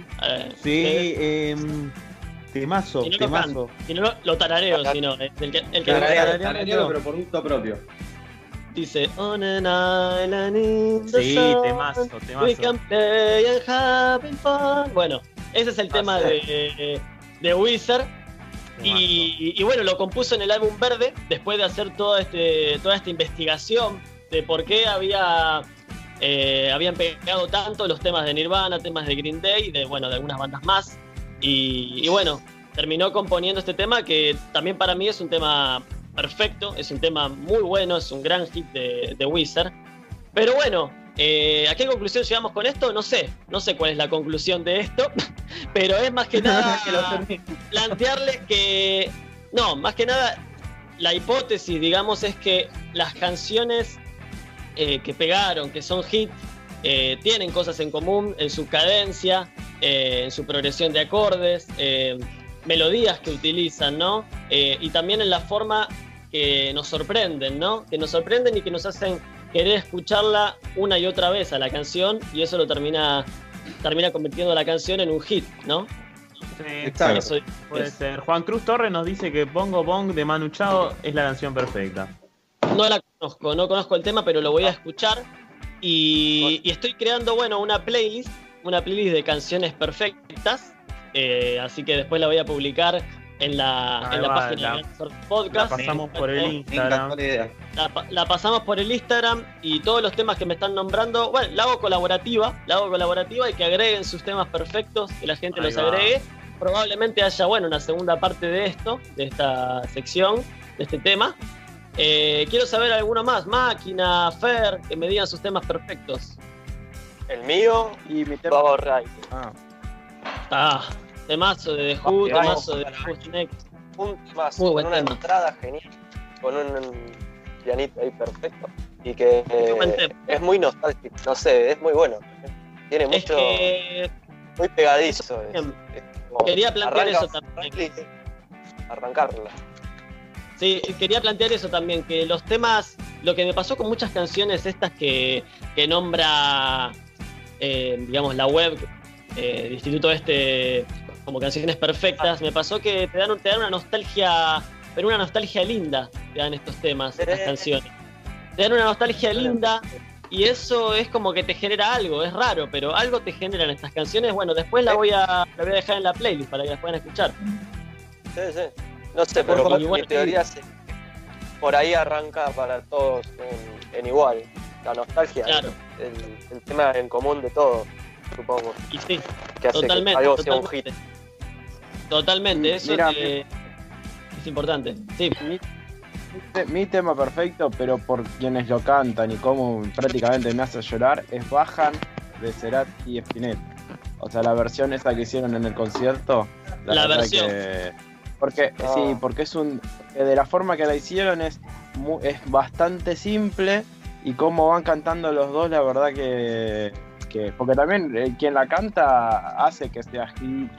Temazo, si no temazo. Si no, lo tarareo, si no. Tarareo, pero por gusto propio. Dice On an island in the Sí, sun, temazo. we can play and having fun. Bueno, ese es el tema de Weezer. Y bueno, lo compuso en el álbum verde después de hacer toda esta investigación de por qué habían pegado tanto los temas de Nirvana, temas de Green Day, de algunas bandas más. Y bueno, terminó componiendo este tema que también para mí es un tema perfecto, es un tema muy bueno, es un gran hit de Weezer. Pero bueno, ¿a qué conclusión llegamos con esto? No sé cuál es la conclusión de esto, pero es más que nada plantearles que, no, más que nada la hipótesis, digamos, es que las canciones que pegaron, que son hits, tienen cosas en común en su cadencia, en su progresión de acordes, melodías que utilizan, ¿no? Y también en la forma que nos sorprenden, ¿no? Que nos sorprenden y que nos hacen querer escucharla una y otra vez a la canción, y eso lo termina convirtiendo la canción en un hit, ¿no? Sí, exacto. eso puede ser. Juan Cruz Torres nos dice que Bongo Bong de Manu Chao es la canción perfecta. No la conozco el tema, pero lo voy a escuchar. Y estoy creando, una playlist de canciones perfectas. Así que después la voy a publicar en la página de Podcast. La pasamos por el Instagram. La pasamos por el Instagram, y todos los temas que me están nombrando, la hago colaborativa y que agreguen sus temas perfectos, que la gente los agregue. Probablemente haya, una segunda parte de esta sección, de este tema. Quiero saber alguno más, Máquina, Fer, que me digan sus temas perfectos. El mío, Y mi tema. Power Ride. Temazo de The Who, temazo de Who's Next. Un temazo, Muy con buen una tema. entrada genial, con un pianito ahí perfecto, y que buen tema. es muy nostálgico, no sé, es muy bueno. Tiene mucho, muy pegadizo. Quería plantear eso también. Arrancarla. Sí, quería plantear eso también, que los temas, lo que me pasó con muchas canciones estas que nombra, digamos, la web, el instituto como canciones perfectas, me pasó que te dan una nostalgia, pero una nostalgia linda, te dan estos temas, estas canciones. Te dan una nostalgia linda y eso es como que te genera algo, es raro, pero algo te generan estas canciones. Bueno, después la voy a dejar en la playlist para que las puedan escuchar. Sí. No sé, pero mi teoría es por ahí arranca para todos en igual. La nostalgia, claro. el tema en común de todos, supongo. Y sí, que hace totalmente, que algo sea un hit. Totalmente, eso Mira, es importante. Sí. Mi tema perfecto, pero por quienes lo cantan y cómo prácticamente me hace llorar, es Bajan de Cerati y Spinetta. O sea, la versión esa que hicieron en el concierto. La versión. Porque es de la forma que la hicieron es bastante simple, y cómo van cantando los dos, la verdad que porque también quien la canta hace que sea hit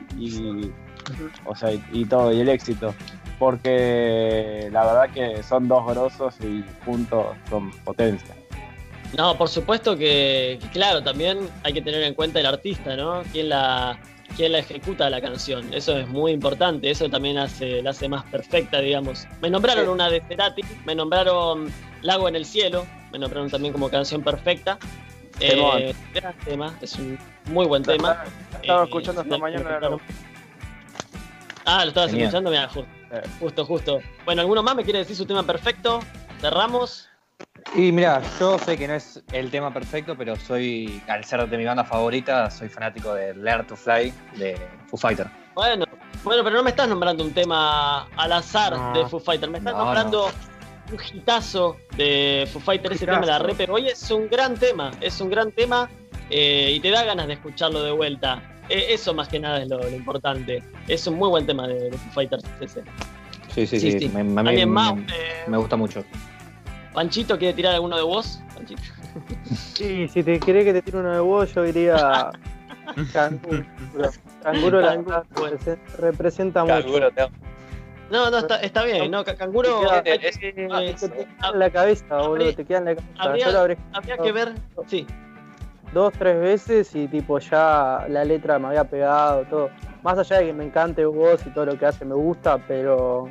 y todo, y el éxito. Porque la verdad que son dos grosos y juntos son potencia. No, por supuesto que claro, también hay que tener en cuenta el artista, ¿no? Quién la ejecuta la canción. Eso es muy importante, eso también la hace más perfecta, digamos. Me nombraron una de Cerati, me nombraron Lago en el Cielo, me nombraron también como canción perfecta. Gran tema, es un muy buen tema. Estaba escuchando esta mañana. Lo estabas escuchando, mira, justo. Bueno, ¿alguno más me quiere decir su tema perfecto? Cerramos. Y mira, yo sé que no es el tema perfecto, pero al ser de mi banda favorita, soy fanático de Learn to Fly de Foo Fighter. Bueno, pero no me estás nombrando un tema al azar de Foo Fighter, me estás nombrando un hitazo de Foo Fighter, ese tema de la repero. Hoy es un gran tema, y te da ganas de escucharlo de vuelta. Eso más que nada es lo importante. Es un muy buen tema de Foo Fighters ese. Sí. Me gusta mucho. Panchito, ¿quiere tirar alguno de vos? Panchito. Sí, si te querés que te tire uno de vos, yo diría Canguro. Canguro representa mucho. No, está bien, no, Canguro te queda en la cabeza, boludo, te queda en la cabeza. Habría que ver, sí. 2-3 veces y tipo ya la letra me había pegado, todo. Más allá de que me encante vos y todo lo que hace me gusta, pero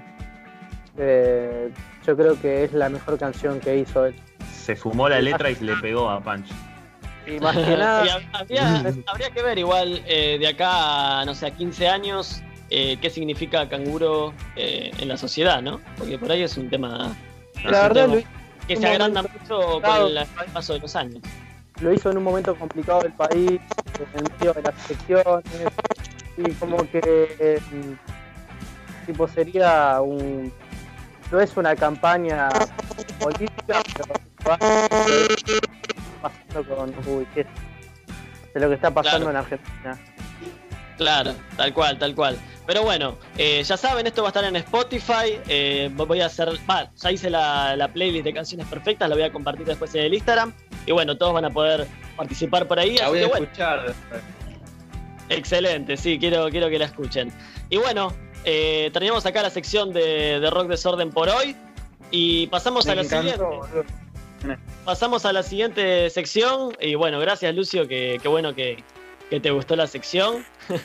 yo creo que es la mejor canción que hizo él. Se fumó la letra y se le pegó a Pancho. Y más que nada... habría que ver igual de acá, no sé, a 15 años, qué significa Canguro en la sociedad, ¿no? Porque por ahí es un tema, la verdad, que se agranda mucho con el paso de los años. Lo hizo en un momento complicado del país, en medio de las elecciones, y como que tipo sería no es una campaña política, pero pasando con de lo que está pasando en Argentina. Claro, tal cual. Pero bueno, ya saben, esto va a estar en Spotify. Voy a hacer, ya hice la playlist de canciones perfectas, la voy a compartir después en el Instagram. Y bueno, todos van a poder participar por ahí. La voy a escuchar. Excelente, sí, quiero que la escuchen. Y bueno, terminamos acá la sección de Rock Desorden por hoy. Y pasamos a la siguiente. Pasamos a la siguiente sección. Y bueno, gracias Lucio, que bueno que te gustó la sección.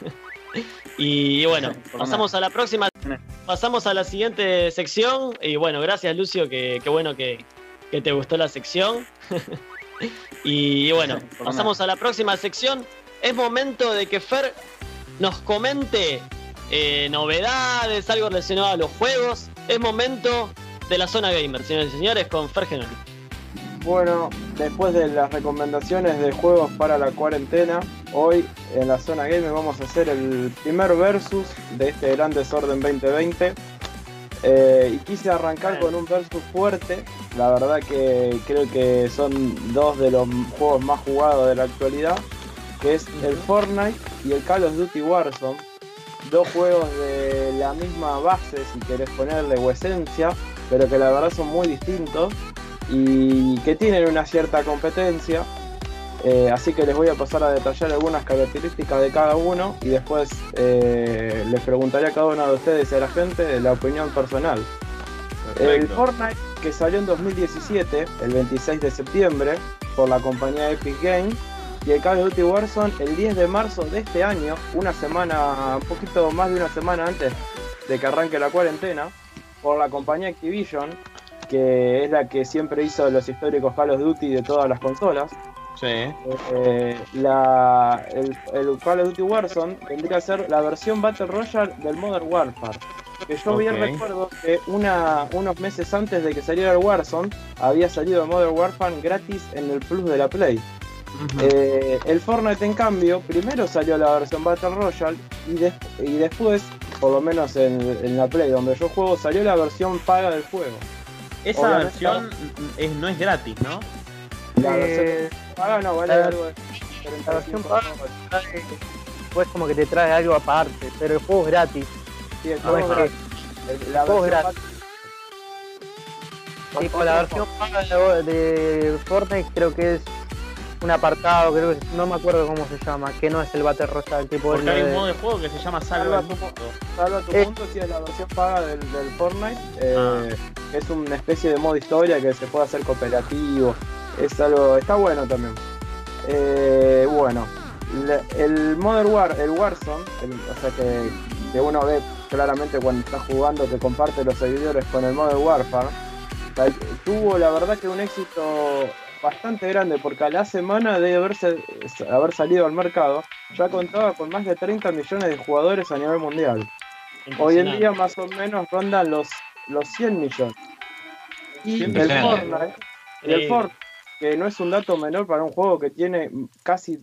Y bueno, pasamos a la próxima. Pasamos a la siguiente sección. Y bueno, gracias Lucio, que bueno que te gustó la sección. Y bueno, pasamos a la próxima sección. Es momento de que Fer nos comente novedades, algo relacionado a los juegos. Es momento de la zona gamer, señores y señores, con Fer Genoni. Bueno, después de las recomendaciones de juegos para la cuarentena, hoy en la zona gamer vamos a hacer el primer versus de este Gran Desorden 2020. Y quise arrancar con un versus fuerte. La verdad que creo que son dos de los juegos más jugados de la actualidad, que es el Fortnite y el Call of Duty Warzone. Dos juegos de la misma base, si querés ponerle, o esencia, pero que la verdad son muy distintos y que tienen una cierta competencia. Así que les voy a pasar a detallar algunas características de cada uno y después les preguntaré a cada uno de ustedes y a la gente la opinión personal. El Fortnite, que salió en 2017, el 26 de septiembre, por la compañía Epic Games, y el Call of Duty Warzone el 10 de marzo de este año, un poquito más de una semana antes de que arranque la cuarentena, por la compañía Activision, que es la que siempre hizo los históricos Call of Duty de todas las consolas. Sí. El Call of Duty Warzone tendría que ser la versión Battle Royale del Modern Warfare. Que yo bien recuerdo que unos meses antes de que saliera el Warzone, había salido el Modern Warfare gratis en el Plus de la Play. El Fortnite, en cambio, primero salió la versión Battle Royale y después, por lo menos en la Play donde yo juego, salió la versión paga del juego. Esa versión no es gratis, ¿no? La versión paga no vale algo de la versión paga pues como que te trae algo aparte, pero el juego es gratis. Sí, el juego es gratis. La juego versión es gratis. Tipo, la versión paga de Fortnite creo que es un apartado, creo que no me acuerdo cómo se llama, que no es el Battle Royale, tipo. Porque hay un modo de juego que se llama Salva tu Mundo. Salva tu Mundo, sí, es la versión paga del Fortnite. Es una especie de modo historia que se puede hacer cooperativo. Es algo, está bueno también. Bueno, el Warzone, o sea que uno ve claramente cuando está jugando que comparte los seguidores con el Modern Warfare, tuvo la verdad que un éxito bastante grande, porque a la semana de haber salido al mercado ya contaba con más de 30 millones de jugadores a nivel mundial. Hoy en día más o menos rondan los 100 millones. Y el Fortnite, que no es un dato menor para un juego que tiene casi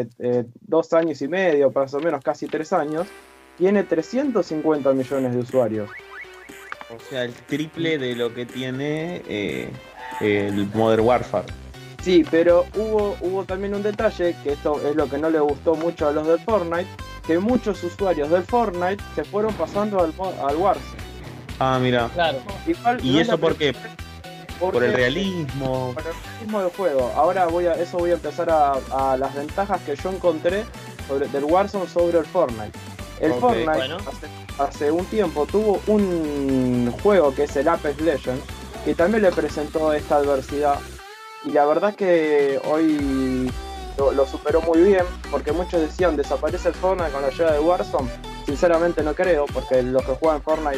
2 años y medio, más o menos casi 3 años, tiene 350 millones de usuarios. O sea, el triple de lo que tiene el Modern Warfare. Sí, pero hubo también un detalle, que esto es lo que no le gustó mucho a los del Fortnite, que muchos usuarios del Fortnite se fueron pasando al Warzone. Ah, mira. Claro. ¿Y eso por qué? Por el realismo. Por el realismo del juego. Ahora voy a empezar a las ventajas que yo encontré del Warzone sobre el Fortnite. El Fortnite hace un tiempo tuvo un juego que es el Apex Legends, que también le presentó esta adversidad. Y la verdad que hoy lo superó muy bien, porque muchos decían desaparece el Fortnite con la llegada de Warzone. Sinceramente no creo, porque los que juegan Fortnite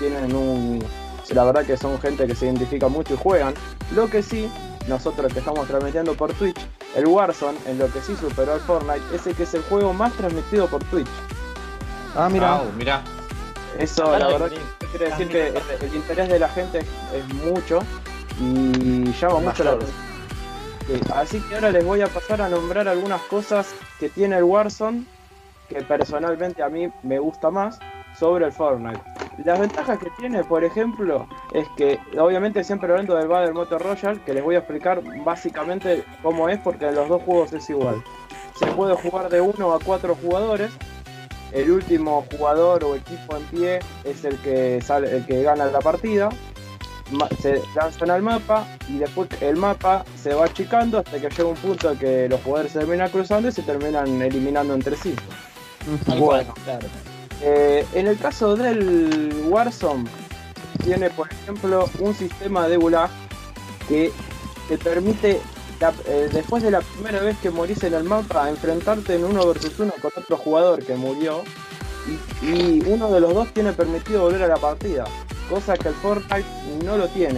la verdad que son gente que se identifica mucho y juegan. Lo que sí, nosotros que estamos transmitiendo por Twitch, el Warzone, en lo que sí superó al Fortnite, es el que es el juego más transmitido por Twitch. Ah, mira. Mira. Eso la verdad que quiere decir que el interés de la gente es mucho y llama mucho la atención. Sí, así que ahora les voy a pasar a nombrar algunas cosas que tiene el Warzone, que personalmente a mí me gusta más, sobre el Fortnite. Las ventajas que tiene, por ejemplo, es que obviamente siempre hablando del Battle Royale, que les voy a explicar básicamente cómo es, porque en los dos juegos es igual. Se puede jugar de 1 a 4 jugadores. El último jugador o equipo en pie es el que gana la partida. Se lanzan al mapa y después el mapa se va achicando hasta que llega un punto en que los jugadores se terminan cruzando y se terminan eliminando entre sí. Bueno, claro. En el caso del Warzone, tiene por ejemplo un sistema de gulag que te permite, después de la primera vez que morís en el mapa, enfrentarte en 1 versus 1 con otro jugador que murió, y uno de los dos tiene permitido volver a la partida, cosa que el Fortnite no lo tiene.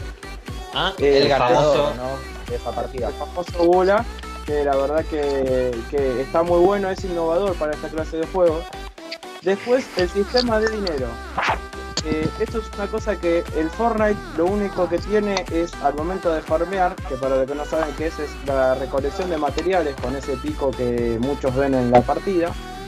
El ganador, ¿no? De esa partida. El famoso gulag, que la verdad que está muy bueno, es innovador para esta clase de juegos. Después, el sistema de dinero. Esto es una cosa que el Fortnite lo único que tiene es al momento de farmear, que para los que no saben qué es la recolección de materiales con ese pico que muchos ven en la partida.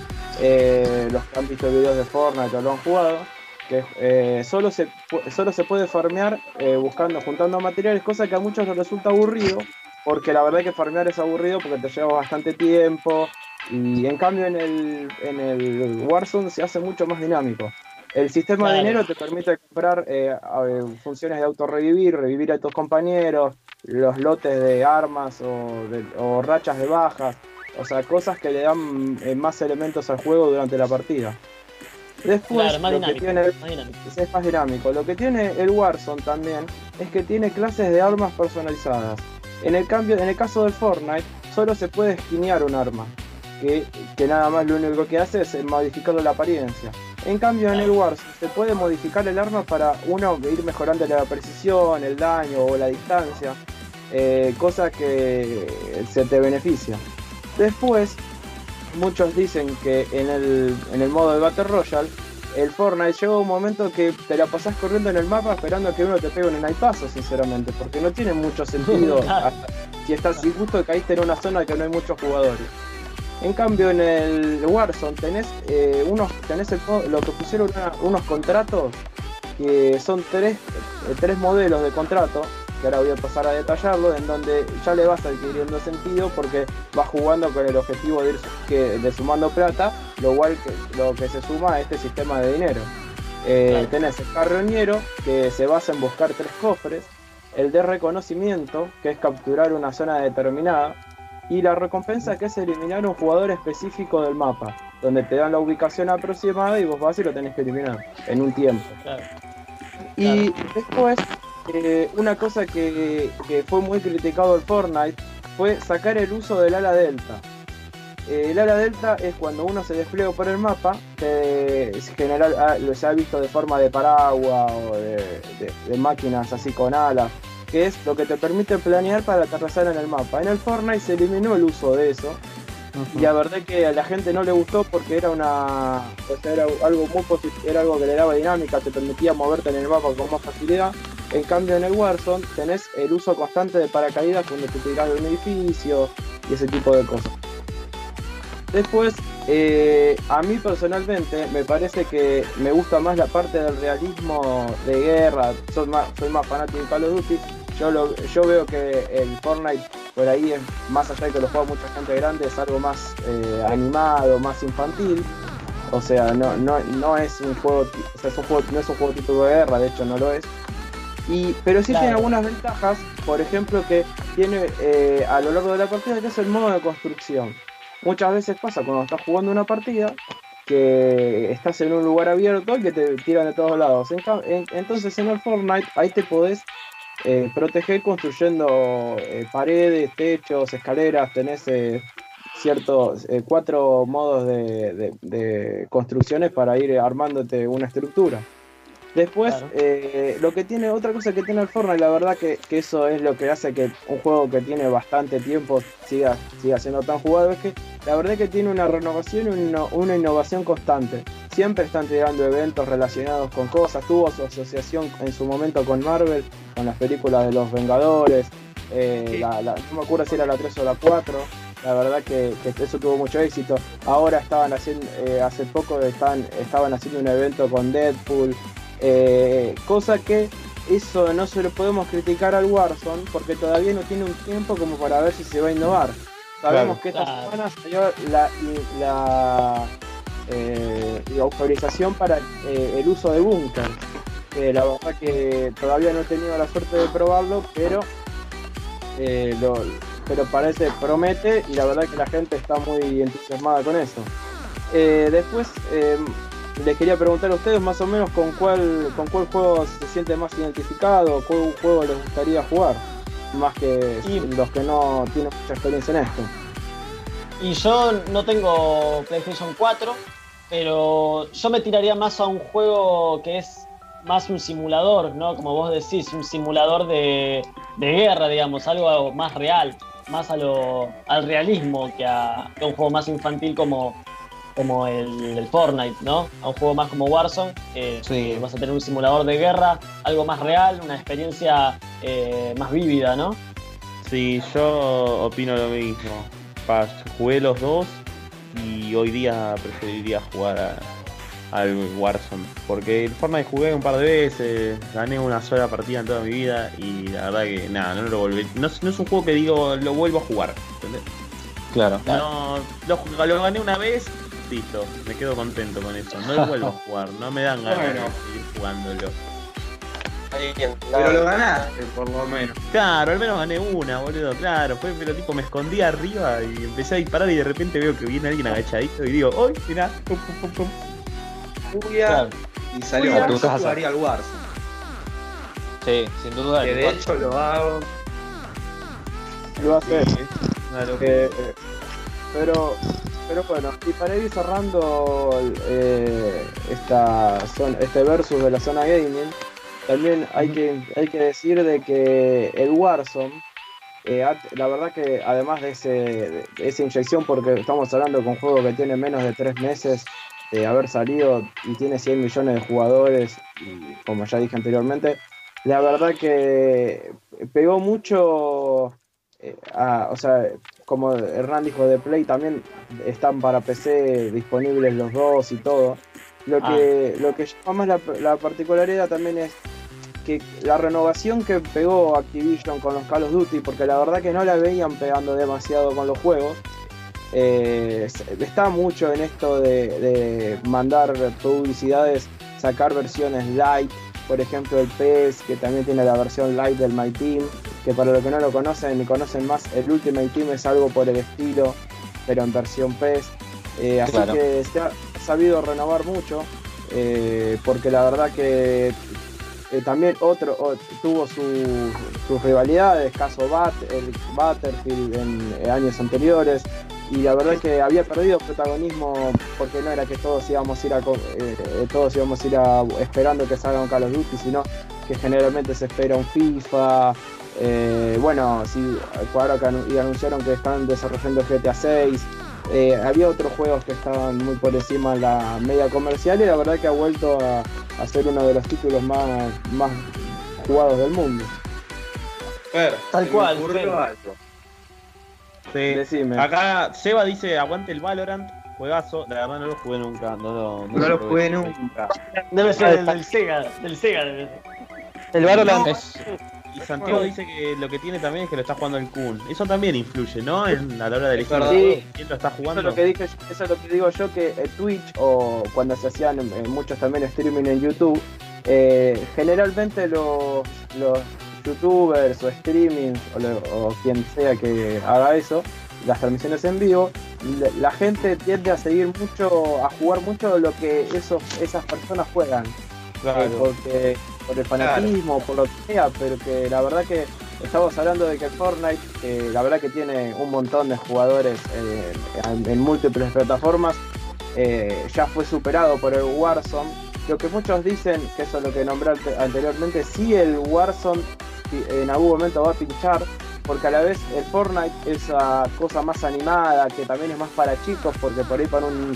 Los que han visto videos de Fortnite o lo han jugado, que solo se puede farmear juntando materiales, cosa que a muchos les resulta aburrido, porque la verdad es que farmear es aburrido porque te lleva bastante tiempo. Y en cambio en el Warzone se hace mucho más dinámico. El sistema de dinero te permite comprar funciones de revivir a tus compañeros, los lotes de armas o rachas de bajas, o sea, cosas que le dan más elementos al juego durante la partida. Después, Claro, más lo que dinámico, tiene más dinámico. es más dinámico. Lo que tiene el Warzone también es que tiene clases de armas personalizadas. En el caso del Fortnite, solo se puede skinear un arma, que nada más lo único que hace es modificarle la apariencia. En cambio, en el Warzone se puede modificar el arma para uno ir mejorando la precisión, el daño o la distancia, cosa que se te beneficia. Después, muchos dicen que en el modo de Battle Royale, el Fortnite llega un momento que te la pasás corriendo en el mapa esperando a que uno te pegue un snipazo, sinceramente, porque no tiene mucho sentido si justo caíste en una zona que no hay muchos jugadores. En cambio, en el Warzone tenés lo que pusieron unos contratos que son tres modelos de contrato, que ahora voy a pasar a detallarlo, en donde ya le vas adquiriendo sentido porque vas jugando con el objetivo de sumando plata, lo que se suma a este sistema de dinero. Claro. Tenés el carroñero, que se basa en buscar 3 cofres, el de reconocimiento, que es capturar una zona determinada, y la recompensa, que es eliminar un jugador específico del mapa, donde te dan la ubicación aproximada y vos vas y lo tenés que eliminar en un tiempo. Claro. Y después, una cosa que fue muy criticado el Fortnite fue sacar el uso del ala delta. El ala delta es cuando uno se despliega por el mapa, en general se ha visto de forma de paraguas o de máquinas así con alas, que es lo que te permite planear para aterrizar en el mapa. En el Fortnite se eliminó el uso de eso. Y la verdad que a la gente no le gustó porque era algo muy positivo, era algo que le daba dinámica, te permitía moverte en el mapa con más facilidad. En cambio, en el Warzone tenés el uso constante de paracaídas cuando te tirás de un edificio y ese tipo de cosas. Después, a mí personalmente me parece que me gusta más la parte del realismo de guerra. Soy más fanático de Call of Duty. Yo veo que el Fortnite por ahí, más allá de que lo juega mucha gente grande, es algo más animado, más infantil. O sea, no es un juego, no es un juego tipo de guerra, de hecho no lo es. Pero sí, claro, tiene algunas ventajas, por ejemplo, que tiene a lo largo de la partida, que es el modo de construcción. Muchas veces pasa cuando estás jugando una partida que estás en un lugar abierto y que te tiran de todos lados. Entonces en el Fortnite ahí te podés proteger construyendo paredes, techos, escaleras. Tenés 4 modos de construcciones para ir armándote una estructura. Después, claro, otra cosa que tiene el Fortnite, la verdad que eso es lo que hace que un juego que tiene bastante tiempo siga siendo tan jugado, es que la verdad que tiene una renovación y una innovación constante. Siempre están tirando eventos relacionados con cosas. Tuvo su asociación en su momento con Marvel, con las películas de los Vengadores, no me acuerdo si era la 3 o la 4. La verdad que eso tuvo mucho éxito. Ahora estaban haciendo, hace poco estaban haciendo un evento con Deadpool. Cosa que eso no se lo podemos criticar al Warzone porque todavía no tiene un tiempo como para ver si se va a innovar. Sabemos que esta semana salió la autorización para el uso de búnker. La verdad que todavía no he tenido la suerte de probarlo, pero promete, y la verdad que la gente está muy entusiasmada con eso. Después les quería preguntar a ustedes más o menos con cuál juego se siente más identificado, cuál juego les gustaría jugar, más que los que no tienen mucha experiencia en esto. Y yo no tengo PlayStation 4, pero yo me tiraría más a un juego que es más un simulador, ¿no? Como vos decís, un simulador de guerra, digamos, algo más real, más al realismo que a un juego más infantil como el Fortnite, ¿no? A un juego más como Warzone, sí. Vas a tener un simulador de guerra, algo más real, una experiencia más vívida, ¿no? Sí, yo opino lo mismo. Jugué los dos y hoy día preferiría jugar al Warzone, porque el Fortnite jugué un par de veces, gané una sola partida en toda mi vida y la verdad que nada, no lo volví. No es un juego que digo lo vuelvo a jugar, ¿entendés? Claro. No, lo gané una vez, listo, me quedo contento con eso. No lo vuelvo a jugar, no me dan ganas de seguir jugándolo. Pero lo ganaste, por lo menos. Claro, al menos gané una, boludo, claro. Pero tipo me escondí arriba y empecé a disparar y de repente veo que viene alguien agachadito y digo, ¡ay, mirá! Pum, pum, pum, pum. Puya Claro. y salió Puya. yo jugaría al Warzone. Sí, sin duda. Que de hecho lo hago. Lo hace. Sí, es una locura. Pero bueno, y para ir cerrando este versus de la zona gaming, también hay que decir de que el Warzone, la verdad que además de esa inyección, porque estamos hablando de un juego que tiene menos de 3 meses de haber salido y tiene 100 millones de jugadores, y como ya dije anteriormente, la verdad que pegó mucho, o sea, como Hernán dijo de Play, también están para PC disponibles los dos y todo. Lo que llama más la particularidad también es que la renovación que pegó Activision con los Call of Duty, porque la verdad que no la veían pegando demasiado con los juegos, está mucho en esto de mandar publicidades, sacar versiones light, por ejemplo el PES, que también tiene la versión light del My Team, que para los que no lo conocen y conocen más, el Ultimate Team es algo por el estilo, pero en versión PES. Así Claro. que se ha sabido renovar mucho, porque la verdad que también tuvo sus rivalidades, caso el Battlefield en años anteriores, y la verdad que había perdido protagonismo porque no era que todos íbamos a ir esperando que salga un Call of Duty, sino que generalmente se espera un FIFA. Bueno, sí, ahora que anunciaron que están desarrollando GTA 6, había otros juegos que estaban muy por encima de la media comercial, y la verdad que ha vuelto a ser uno de los títulos más jugados del mundo. Fer, Tal se me cual, ocurrió Fer. algo. Sí. Decime. Acá Seba dice, aguante el Valorant, juegazo. La verdad no lo jugué nunca. No lo jugué nunca. Debe ser el del Sega. Del Sega debe ser. El Valorant Es, Y Santiago dice que lo que tiene también es que lo está jugando el Kun. Eso también influye, ¿no? A la hora de elegir Sí. quién lo está Eso jugando. es lo que digo yo, que Twitch, o cuando se hacían muchos también streaming en YouTube, generalmente los youtubers o streaming o quien sea que haga eso, las transmisiones en vivo, la gente tiende a seguir mucho, a jugar mucho lo que esas personas juegan. Claro. Porque por el fanatismo, por lo que sea, pero que la verdad que estamos hablando de que el Fortnite, la verdad que tiene un montón de jugadores en múltiples plataformas, ya fue superado por el Warzone. Lo que muchos dicen, que eso es lo que nombré anteriormente, sí el Warzone en algún momento va a pinchar, porque a la vez el Fortnite es esa cosa más animada, que también es más para chicos, porque por ahí para un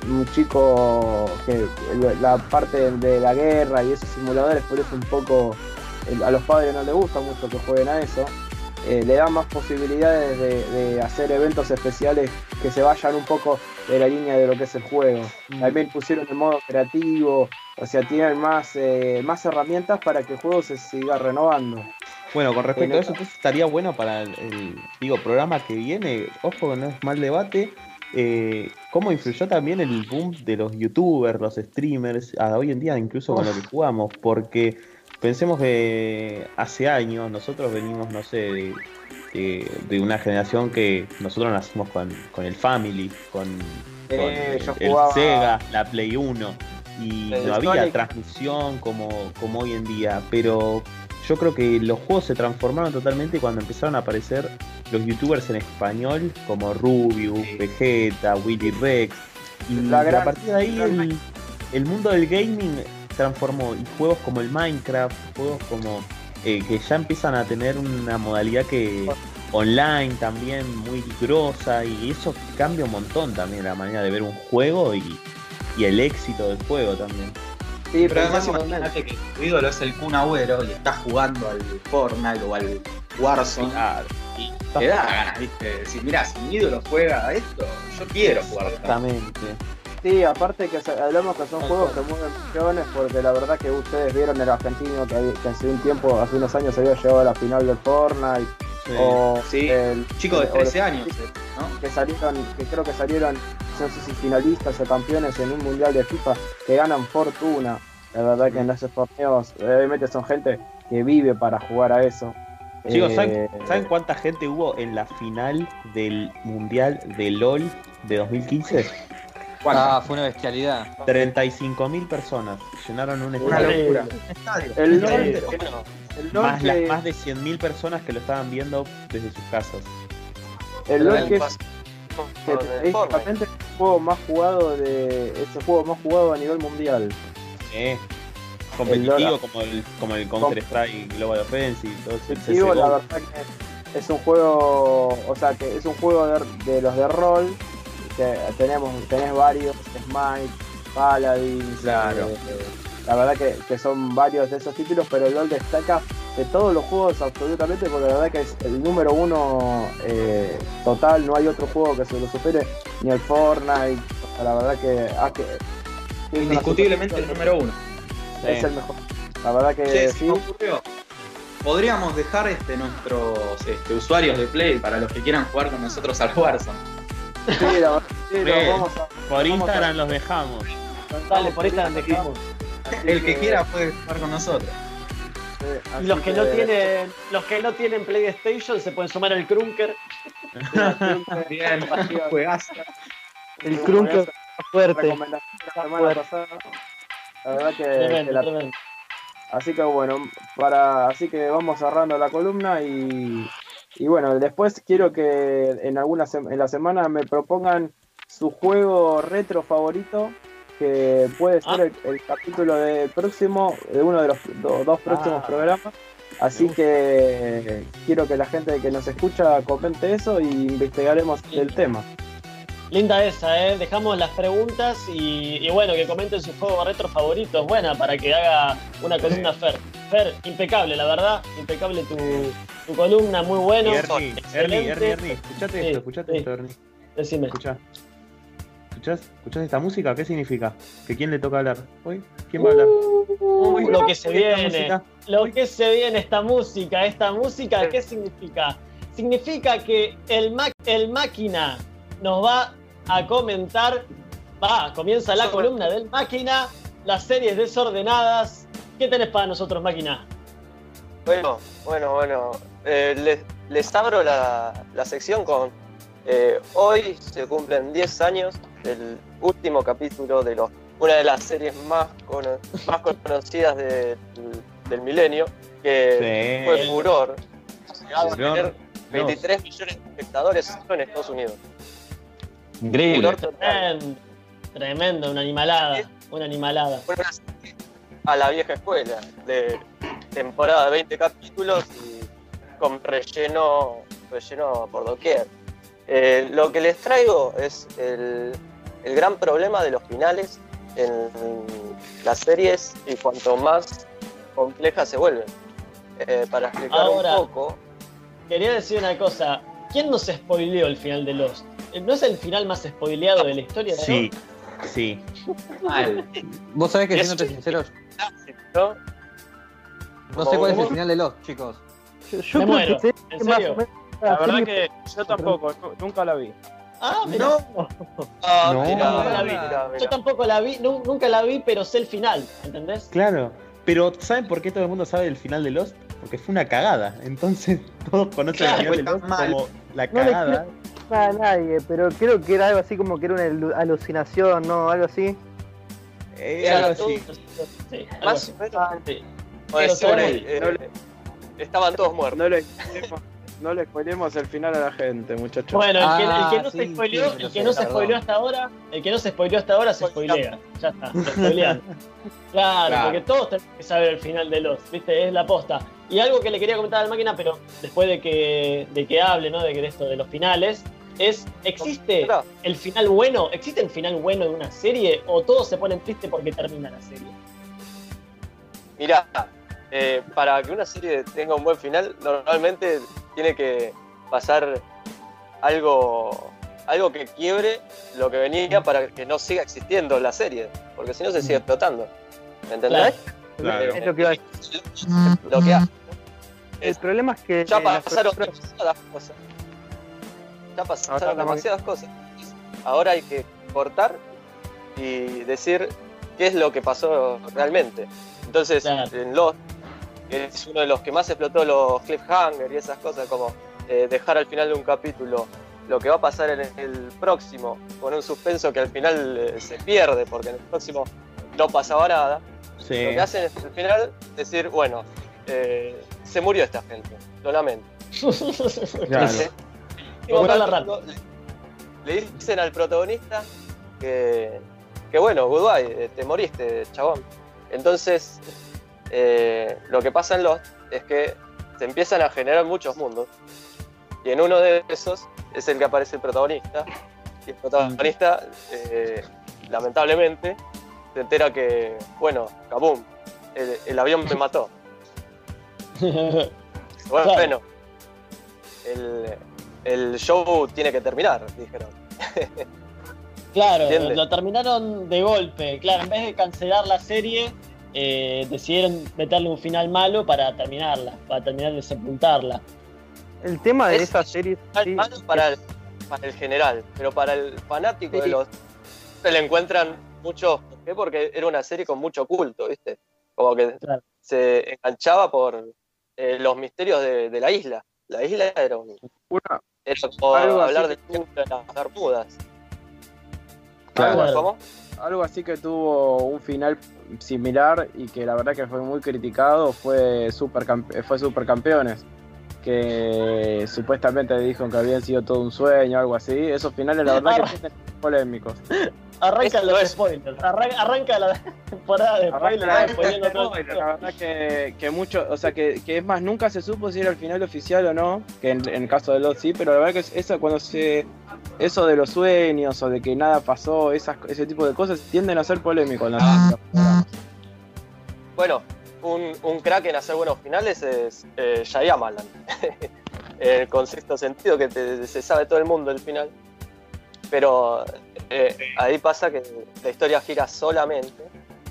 chico que la parte de la guerra y esos simuladores, por eso un poco a los padres no les gusta mucho que jueguen a eso, le da más posibilidades de hacer eventos especiales que se vayan un poco de la línea de lo que es el juego. También pusieron el modo creativo, o sea, tienen más herramientas para que el juego se siga renovando. Bueno, con respecto a eso, entonces estaría bueno para el programa que viene. Ojo, no es mal debate. ¿Cómo influyó también el boom de los youtubers, los streamers, hoy en día incluso con lo que jugamos? Porque pensemos que hace años nosotros venimos, no sé, de una generación que nosotros nacimos con el Family, con el jugaba Sega, la Play 1, y el no había Sonic. transmisión como hoy en día, pero yo creo que los juegos se transformaron totalmente cuando empezaron a aparecer los youtubers en español como Rubius, Vegeta, Willy Rex, y a partir de ahí el mundo del gaming transformó, y juegos como el Minecraft, juegos como que ya empiezan a tener una modalidad que online también muy grosa, y eso cambia un montón también la manera de ver un juego y el éxito del juego también. Sí, Pero además pensemos- imagínate que tu ídolo es el Kun Agüero y estás jugando al Fortnite o al Warzone Claro. y te da ganas, ¿viste? Decir, mirá, si mi ídolo juega a esto, yo quiero jugar a esto. Exactamente. Sí, aparte que hablamos que son juegos que mueven millones, porque la verdad que ustedes vieron el argentino que hace un tiempo, hace unos años había llegado a la final del Fortnite, Sí. o Sí, el chico de o 13 los- años, ¿no? que creo que salieron, no sé si finalistas o campeones en un mundial de FIFA, que ganan fortuna. La verdad que en esos torneos, obviamente son gente que vive para jugar a eso. Chicos, Eh, ¿saben cuánta gente hubo en la final del Mundial de LOL de 2015? Ah, fue una bestialidad. 35.000 personas llenaron un Una estadio. locura. Un estadio. El LOL, Increíble. el LOL Más, las que, más de 100.000 personas que lo estaban viendo desde sus casas. el LOL que es que Con el Fortnite. estadísticamente es el juego más jugado a nivel mundial. Competitivo LOL. como el Counter-Strike Global Offensive, todo ese Digo, la CSGO. verdad que es un juego, o sea, que es un juego de los de rol, que tenés varios, Smite, Paladins, Claro. la verdad que son varios de esos títulos, pero el LoL destaca de todos los juegos absolutamente, porque la verdad que es el número uno total, no hay otro juego que se lo supere, ni el Fortnite, o sea, la verdad que Indiscutiblemente el número 1. es el mejor. La verdad que Che, se sí. me ocurrió. Podríamos dejar nuestros usuarios de Play para los que quieran jugar con nosotros al Warzone. Sí, la verdad, sí, lo Bien. vamos a- Por vamos a- Instagram los dejamos. Dale, por Instagram dejamos. así El que quiera puede jugar con nosotros. sí, Y así los que no tienen PlayStation se pueden sumar al Krunker. Bien, juegazo. El Krunker está fuerte. Recomendación de la semana pasada. La verdad que Tremendo, la- tremendo. así que bueno, así que vamos cerrando la columna y bueno, después quiero que en la semana me propongan su juego retro favorito, que puede ser el capítulo del próximo, de uno de los dos próximos programas. Así que quiero que la gente que nos escucha comente eso y investigaremos el tema. Linda esa, dejamos las preguntas y bueno, que comenten sus juegos retro favoritos. Buena, para que haga una columna Fer. Fer, impecable, la verdad. Impecable tu columna, muy bueno. Ernie, excelente. Ernie, escuchate Sí, escuchate sí. esto, Ernie. Decime. Escuchá. ¿Escuchás esta música? ¿Qué significa? ¿Que quién le toca hablar? ¿Hoy? ¿Quién va a hablar? Lo que se Esta viene. música. Lo que se viene, esta música, ¿qué significa? Significa que el máquina nos va a comentar, comienza la columna del máquina, las series desordenadas. ¿Qué tenés para nosotros, máquina? Bueno. Les abro la sección con... hoy se cumplen 10 años del último capítulo de una de las series más conocidas del milenio, que fue Furor. Llegado a tener 23 millones de espectadores solo en Estados Unidos. Increíble. Furor total. Tremendo, una animalada. Fue una serie a la vieja escuela, de temporada de 20 capítulos y con relleno por doquier. Lo que les traigo es el gran problema de los finales en las series y cuanto más complejas se vuelven. Para explicar Ahora, un poco... Quería decir una cosa. ¿Quién nos spoileó el final de Lost? ¿No es el final más spoileado de la historia de Sí, Lost? sí. Vos sabés que, Y siéndote es- sinceros, ¿no? no sé cuál es el ¿Cómo? final de Lost, chicos. Yo Me creo muero. que ¿En más serio? o menos La verdad serie- que yo tampoco, nunca la vi. Ah, mirá. No, Ah, No, mirá, no la vi. mirá. Yo tampoco la vi, nunca la vi, pero sé el final, ¿entendés? Claro. Pero ¿saben por qué todo el mundo sabe el final de Lost? Porque fue una cagada. Entonces todos conocen Claro, el final de fue Lost tan mal. como la No le cagada. a nadie, pero creo que era algo así como que era una alucinación, ¿no? Algo así. Algo Era así. Sí, algo Más así. o menos. Sí. Bueno, Pero por sabemos- ahí, estaban todos muertos. No le spoilemos el final a la gente, muchachos. Bueno, el que no sí, se spoileó, sí, el lo que sé, no se perdón. spoileó hasta ahora, el que no se spoileó hasta ahora se spoilea. Ya está, se spoilean. Claro, porque todos tenemos que saber el final de Lost, ¿viste? Es la posta. Y algo que le quería comentar a la máquina, pero después de que hable, ¿no? De esto de los finales, ¿existe el final bueno? ¿Existe el final bueno de una serie? ¿O todos se ponen tristes porque termina la serie? Mirá, para que una serie tenga un buen final, normalmente tiene que pasar algo que quiebre lo que venía para que no siga existiendo la serie, porque si no se sigue explotando. ¿Me entendés? Claro. Es lo que iba a decir. Lo que hace. El problema es que Ya las pasaron productoras- demasiadas cosas. Ya pasaron Ahora estamos- demasiadas cosas. Ahora hay que cortar y decir qué es lo que pasó realmente. Entonces, Claro. en Lost, que es uno de los que más explotó los cliffhanger y esas cosas, como dejar al final de un capítulo lo que va a pasar en el próximo, con un suspenso que al final se pierde, porque en el próximo no pasaba nada. Sí. Lo que hacen es al final decir, bueno, se murió esta gente, lo lamento. Claro. Le dicen al protagonista que bueno, goodbye, te moriste, chabón. Entonces, lo que pasa en Lost es que se empiezan a generar muchos mundos. Y en uno de esos es el que aparece el protagonista. Y el protagonista, lamentablemente, se entera que, bueno, kabum, el avión me mató. Bueno, el show tiene que terminar, dijeron. Claro, ¿Entiendes? lo terminaron de golpe. Claro, en vez de cancelar la serie, decidieron meterle un final malo para terminarla, para terminar de sepultarla. El tema de Es esa serie sí, malo para el general, pero para el fanático Sí. de los se le encuentran muchos. ¿Por qué? Porque era una serie con mucho culto, ¿viste? Como que Claro. se enganchaba por los misterios de la isla. La isla era como Algo así hablar del que- Triángulo de las Bermudas. Claro. ¿Cómo? Algo así que tuvo un final similar y que la verdad que fue muy criticado fue Supercampeones, que supuestamente dijeron que habían sido todo un sueño, algo así. Esos finales la verdad que tienen polémicos. Arranca Eso los es. spoilers. Arranca la temporada de spoilers. Spoileando todo el La verdad que mucho, o sea que es más, nunca se supo si era el final oficial o no, que en el caso de Lost sí, pero la verdad que eso cuando eso de los sueños o de que nada pasó, ese tipo de cosas tienden a ser polémicos en los programas. Bueno, un crack en hacer buenos finales es Shyamalan. Con sexto sentido, que se sabe todo el mundo el final. Pero ahí pasa que la historia gira solamente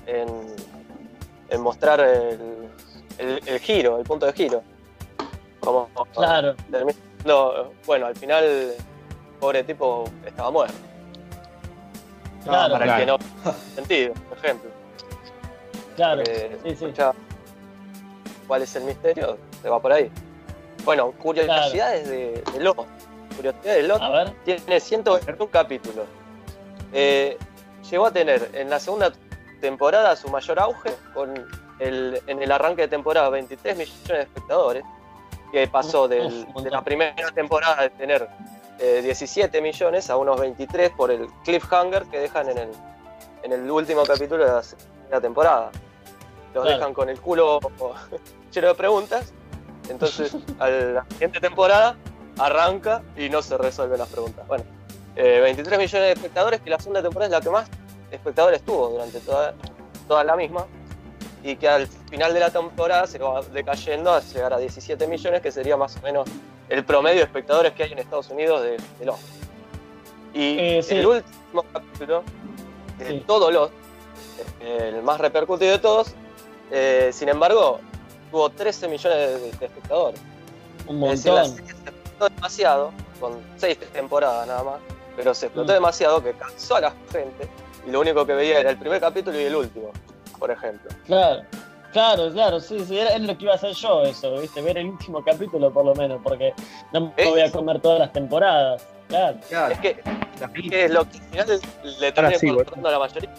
en mostrar el giro, el punto de giro. Como Claro, terminando, bueno, al final, pobre tipo estaba muerto. claro, Para el que no tiene sentido, por ejemplo. claro. Sí, Sí. ¿Cuál es el misterio? Se va por ahí. Bueno, curiosidades de Lost. Curiosidades de Lost. A ver. Tiene 121 capítulos. Llegó a tener en la segunda temporada su mayor auge en el arranque de temporada 23 millones de espectadores, que pasó Un de montón. la primera temporada de tener 17 millones a unos 23 por el cliffhanger que dejan en el último capítulo de la segunda temporada. Los Claro. dejan con el culo lleno de preguntas. Entonces, a la siguiente temporada arranca y no se resuelven las preguntas. Bueno, 23 millones de espectadores, que la segunda temporada es la que más espectadores tuvo durante toda la misma, y que al final de la temporada se va decayendo a llegar a 17 millones, que sería más o menos el promedio de espectadores que hay en Estados Unidos de Lost. Y Sí. el último capítulo de Sí. todo Lost, el más repercutido de todos, sin embargo, tuvo 13 millones de espectadores. Un Es decir, la montón. serie se explotó demasiado, con 6 temporadas nada más, pero se explotó Mm. demasiado que cansó a la gente y lo único que veía era el primer capítulo y el último, por ejemplo. Claro, sí, era lo que iba a hacer yo eso, ¿viste? Ver el último capítulo por lo menos, porque no me voy a comer todas las temporadas. Claro. Claro. Es que es lo que al final le termina sí, importando a la mayoría.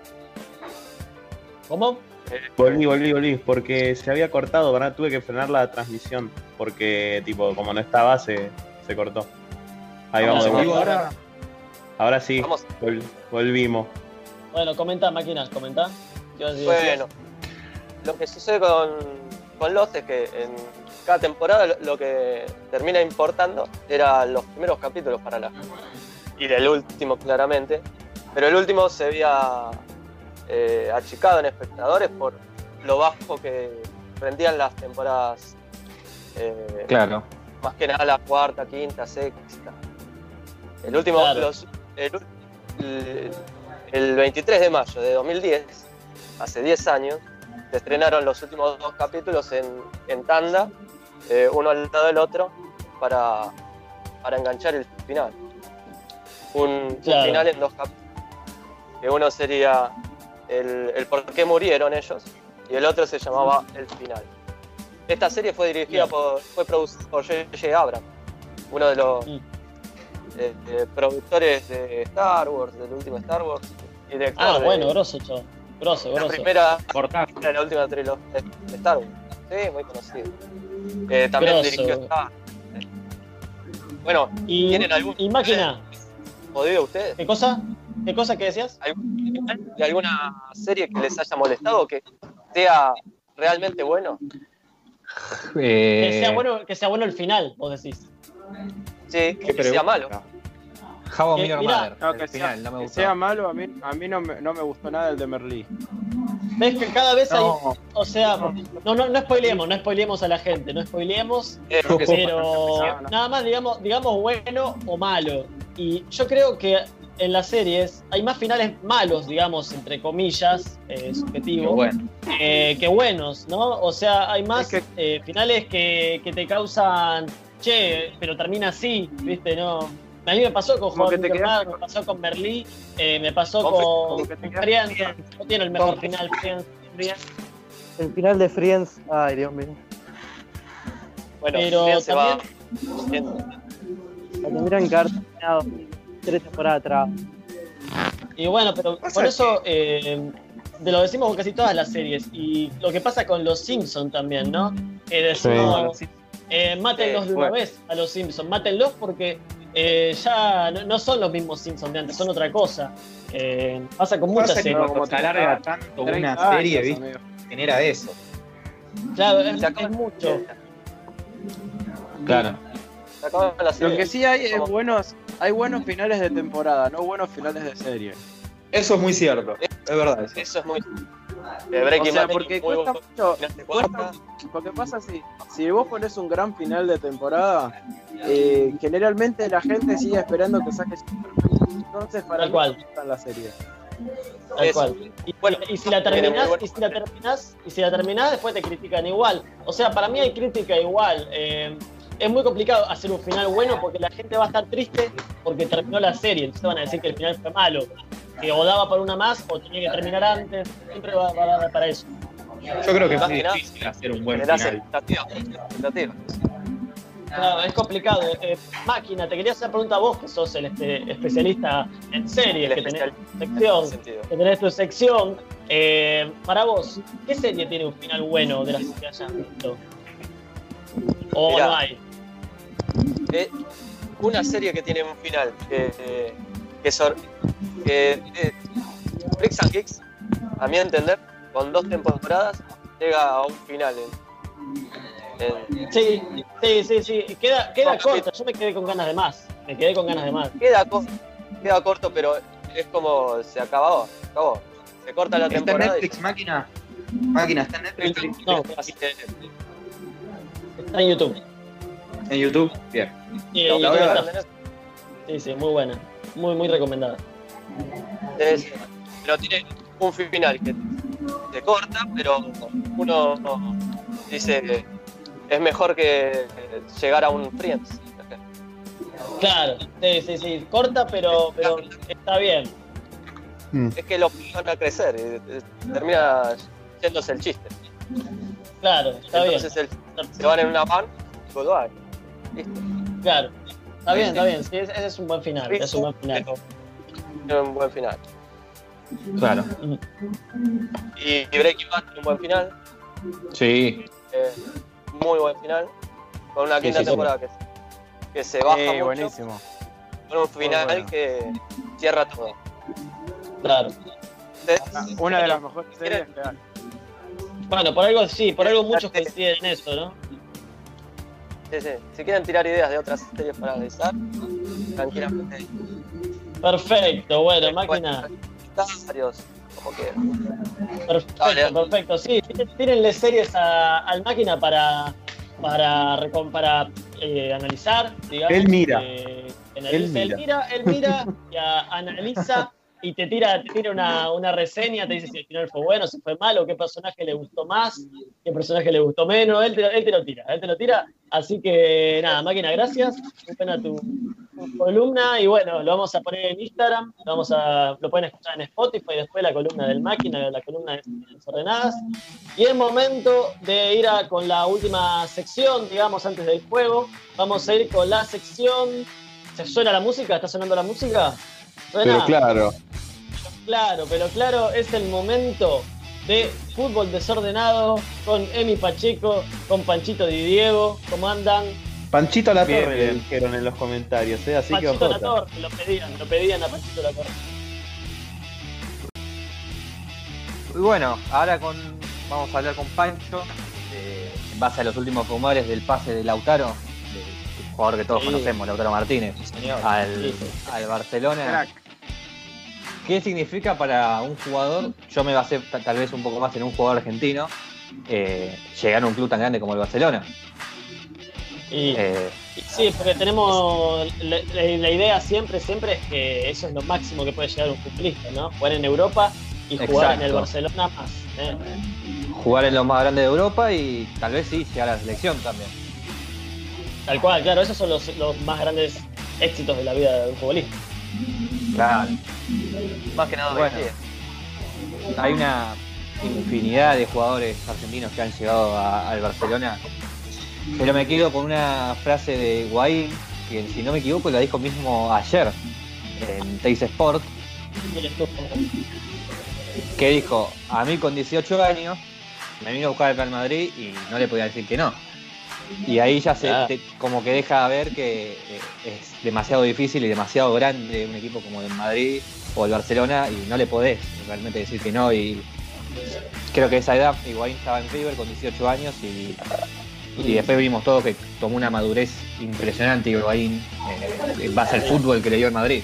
¿Cómo? Volví, porque se había cortado, ¿verdad? Tuve que frenar la transmisión, porque tipo, como no estaba, se cortó. Ahí vamos de Vamos, vuelta. Ahora sí, Vamos. volvimos. Bueno, comenta, máquinas, comenta. ¿Qué vas a decir? Bueno, lo que sucede con Lost es que en cada temporada lo que termina importando eran los primeros capítulos para la y del último claramente, pero el último se había achicado en espectadores por lo bajo que rendían las temporadas, Claro. más que nada la cuarta, quinta, sexta. El último, Claro. el 23 de mayo de 2010, hace 10 años, se estrenaron los últimos 2 capítulos en tanda, uno al lado del otro, para enganchar el final. Un Claro. final en 2 capítulos, que uno sería el por qué murieron ellos, y el otro se llamaba El Final. Esta serie fue dirigida Bien. fue producida por J.J. Abrams, uno de los Mm. productores de Star Wars, del último Star Wars. Ah, bueno, grosso, chavo. Grosso. La primera, Cortázar. de la última trilogía de Star Wars. Sí, muy conocido. También Grosso. dirigió Star. Bueno, Y, ¿tienen algún y máquina, podido ustedes? ¿qué cosa? ¿Qué cosa que decías? ¿De alguna serie que les haya molestado que sea realmente bueno? Que sea bueno el final, vos decís. Sí, que sea malo. How I Que, Met Your mirá, Mother. No, el que final, no me que gustó. sea malo, a mí no me gustó nada el de Merlí. Ves que cada vez hay. No. O sea, no spoileemos a la gente, no spoileemos, Creo que sí. pero nada más digamos bueno o malo. Y yo creo que en las series hay más finales malos, digamos, entre comillas, subjetivos, Bueno. que buenos, ¿no? O sea, hay más Es finales que te causan, che, pero termina así, ¿viste? No. A mí me pasó con Como How I que Met te Your quedás- Mother, me pasó con Merlí, me pasó Como con que te quedás- Friends, no tiene el mejor final Friends. El final de Friends, ay Dios mío, Bueno, Pero bien se va. la tendrían que haber terminado 3 temporadas atrás. Y bueno, pero por eso lo decimos con casi todas las series. Y lo que pasa con los Simpsons también, ¿no? Que decimos, mátenlos de una bueno. vez a los Simpsons, mátenlos porque ya no son los mismos Simpsons de antes, son otra cosa. Pasa con muchas Pasa que series. cuando como se alarga tanto una 30 serie, años, ¿viste? amigo. Genera eso. Claro, es Se acaba- mucho. Claro. Se acaban las Lo series. que sí hay es hay buenos finales de temporada, no buenos finales de serie. Eso es muy cierto. Es verdad. Eso. Eso es muy. Breaking O sea, Bad, porque muy cuesta buen mucho. final de Cuesta, cuarta. porque pasa así, si vos pones un gran final de temporada, generalmente la gente sigue esperando que saques. Entonces, para Tal mí, cual. no está en la serie. Tal Eso. cual. Y, Bueno, y si la tiene muy terminás, buen- y si la terminás, después te critican igual. O sea, para mí hay crítica igual. Es muy complicado hacer un final bueno porque la gente va a estar triste porque terminó la serie. Entonces van a decir que el final fue malo. Que o daba para una más o tenía que terminar antes. Siempre va a dar para eso. Yo creo que es Más muy que nada, difícil hacer un buen Generás final. expectativas. Claro, es complicado. Máquina, te quería hacer una pregunta a vos, que sos el especialista en series, El que tenés especialista tu sección. en sentido. Que tenés tu sección. Para vos, ¿qué serie tiene un final bueno de las que hayas visto? ¿O Mirá. no hay? Una serie que tiene un final que Freaks and Geeks, a mi entender, con 2 temporadas llega a un final. Sí. Queda corta. Yo me quedé con ganas de más. Queda corto, pero es como se acabó. Se corta la ¿Está en temporada. Netflix, máquina? Máquina, ¿está en Netflix? No, Así que está en YouTube. ¿En YouTube? Bien. Sí, la en voy YouTube a está. ver. Sí, muy buena. Muy recomendada. Pero tiene un final que se corta, pero uno dice que es mejor que llegar a un Friends. Claro, sí. Corta, pero está bien. Es que los van a crecer y termina yéndose el chiste. Claro, está bien. Entonces se van en una van y goodbye. Listo. Claro. Está bien. Sí, ese es un buen final. Es un buen final. Tiene un buen final. Claro. Y Breaking Bad tiene un buen final. Sí. Muy buen final. Con una quinta sí. temporada que se baja mucho. Buenísimo. Con un final Muy bueno. que cierra todo. Claro. Entonces, Una de las mejores series que hay. Bueno, por algo muchos coinciden en eso, ¿no? sí. Si quieren tirar ideas de otras series para analizar, tranquilamente. Perfecto, bueno, máquina. Comentarios, como quieran. Perfecto. Sí, tírenle series al máquina para analizar, digamos. Él mira. Él mira y analiza y te tira una reseña, te dice si el final fue bueno, si fue malo, qué personaje le gustó más, qué personaje le gustó menos, él te lo tira. Así que nada, máquina, gracias. Muy buena tu columna y bueno, lo vamos a poner en Instagram, lo pueden escuchar en Spotify, después la columna del máquina, la columna de Desordenadas. Y es momento de ir con la última sección, digamos, antes del juego. Vamos a ir con la sección ¿Se suena la música? ¿Está sonando la música? Pero ¿Suena? claro. Es el momento de fútbol desordenado con Emi Pacheco, con Panchito Di Diego. ¿Cómo andan? Panchito La Bien, Torre bien. le dijeron en los comentarios, así que Panchito La ojota. Torre, lo pedían a Panchito La Torre. Y bueno, ahora vamos a hablar con Pancho, en base a los últimos rumores del pase de Lautaro, del jugador que todos Sí. conocemos, Lautaro Martínez, Señor. al Barcelona. Crack. ¿Qué significa para un jugador? Yo me basé tal vez un poco más en un jugador argentino, llegar a un club tan grande como el Barcelona. Y Eh, sí, porque tenemos la idea siempre es que eso es lo máximo que puede llegar un futbolista, ¿no? Jugar en Europa y jugar en el Exacto. Barcelona más. jugar en lo más grande de Europa y tal vez sí llegar a la selección también. Tal cual, claro, esos son los más grandes éxitos de la vida de un futbolista. Claro. Más que nada Bueno. hoy en día. Hay una infinidad de jugadores argentinos que han llegado al Barcelona. Pero me quedo con una frase de Higuaín, que si no me equivoco la dijo mismo ayer en Teis Sport, que dijo, a mí con 18 años me vino a buscar el Real Madrid y no le podía decir que no. Y ahí ya como que deja ver que es demasiado difícil y demasiado grande un equipo como el Madrid o el Barcelona y no le podés realmente decir que no. Y creo que a esa edad Higuaín estaba en River con 18 años y después vimos todo que tomó una madurez impresionante Higuaín en base al fútbol que le dio el Madrid.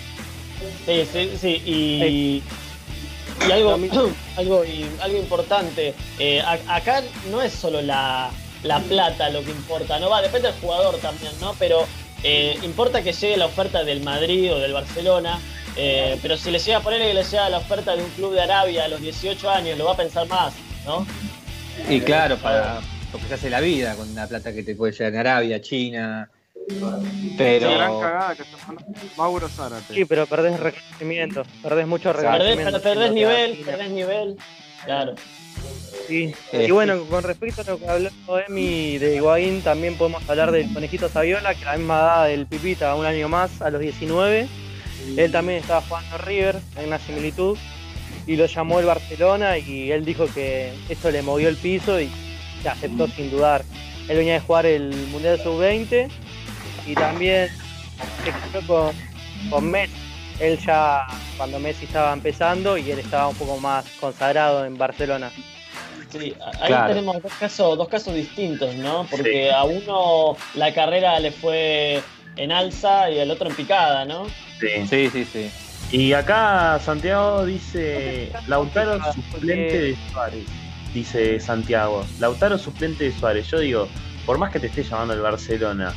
Sí, y algo, algo importante, acá no es solo la plata lo que importa, no va, depende del jugador también, ¿no? Pero importa que llegue la oferta del Madrid o del Barcelona, pero si le llega a ponerle que le llega la oferta de un club de Arabia a los 18 años, lo va a pensar más, ¿no? Y claro, porque se hace la vida con la plata que te puede llegar en Arabia, China, pero... La gran cagada que está mandando Mauro Zárate. Sí, pero perdés reconocimiento, perdés mucho Exacto. reconocimiento. Perdés Sí, nivel, claro. Sí. Y bueno, con respecto a lo que habló Emi de Higuaín, también podemos hablar del Conejito Saviola, que a la misma edad del Pipita, un año más, a los 19. Él también estaba jugando en River, en una similitud, y lo llamó el Barcelona y él dijo que eso le movió el piso y se aceptó sin dudar. Él venía de jugar el Mundial Sub-20 y también se quedó con Messi. Él ya, cuando Messi estaba empezando y él estaba un poco más consagrado en Barcelona. Sí, ahí Claro. tenemos dos casos distintos, ¿no? Porque a uno la carrera le fue en alza y al otro en picada, ¿no? Sí. Sí. Y acá Santiago dice, Lautaro suplente de Suárez, dice Santiago. Lautaro suplente de Suárez. Yo digo, por más que te esté llamando el Barcelona,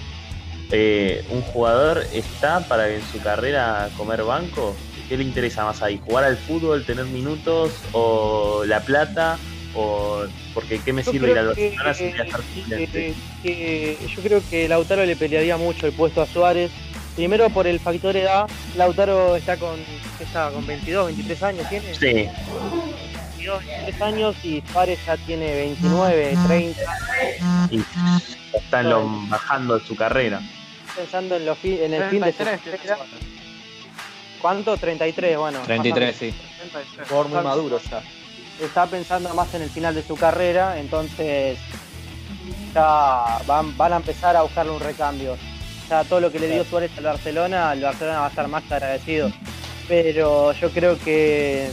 un jugador está para en su carrera comer banco. ¿Qué le interesa más ahí? ¿Jugar al fútbol, tener minutos o la plata? ¿O porque qué me Yo sirve ir creo al Barcelona si voy a estar suplente? yo creo que Lautaro le pelearía mucho el puesto a Suárez. Primero por el factor edad. Lautaro está con 22, 23 años, ¿tiene? Sí, 22, 23 años y Suárez ya tiene 29, 30. y están bajando su carrera. Pensando en, en el fin de su 33 carrera. ¿Cuánto? 33, bueno. 33, sí. 33. Jugador muy maduro ya. Está pensando más en el final de su carrera, entonces ya van a empezar a buscarle un recambio. Ya todo lo que le dio Suárez al Barcelona, el Barcelona va a estar más que agradecido. Pero yo creo que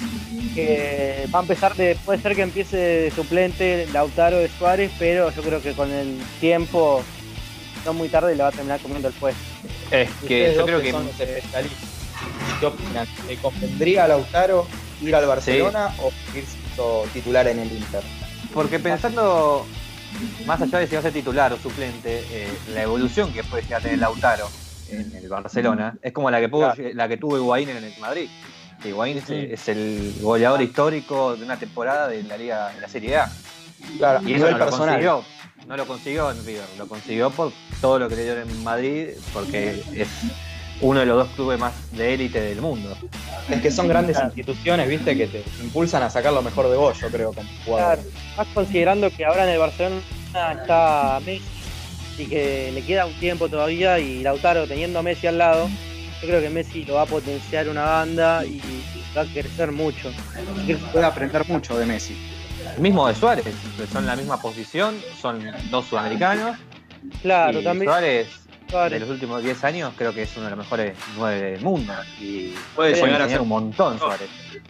va a empezar puede ser que empiece de suplente Lautaro de Suárez, pero yo creo que con el tiempo, no muy tarde, le va a terminar comiendo el puesto. Es que Ustedes yo dos creo que... son los especialistas. ¿Qué opinan? ¿Le convendría a Lautaro ir al Barcelona o ir siendo titular en el Inter? Porque pensando, más allá de si va a ser titular o suplente, la evolución que puede llegar a tener Lautaro en el Barcelona es como la que tuvo Higuaín en el Madrid. Higuaín es el goleador histórico de una temporada de la Serie A. Claro, Y eso no lo consiguió en River, lo consiguió por todo lo que le dio en Madrid, porque es uno de los dos clubes más de élite del mundo. Es que son grandes instituciones, viste, que te impulsan a sacar lo mejor de vos, yo creo, como jugador. Claro, más considerando que ahora en el Barcelona está Messi y que le queda un tiempo todavía, y Lautaro teniendo a Messi al lado, yo creo que Messi lo va a potenciar una banda y va a crecer mucho. Puede aprender mucho de Messi. El mismo de Suárez, que son la misma posición, son dos sudamericanos. Claro, y también Suárez, de Suárez. los últimos 10 años, creo que es uno de los mejores 9 del mundo. Y Puede llegar a enseñar ser un montón, Suárez.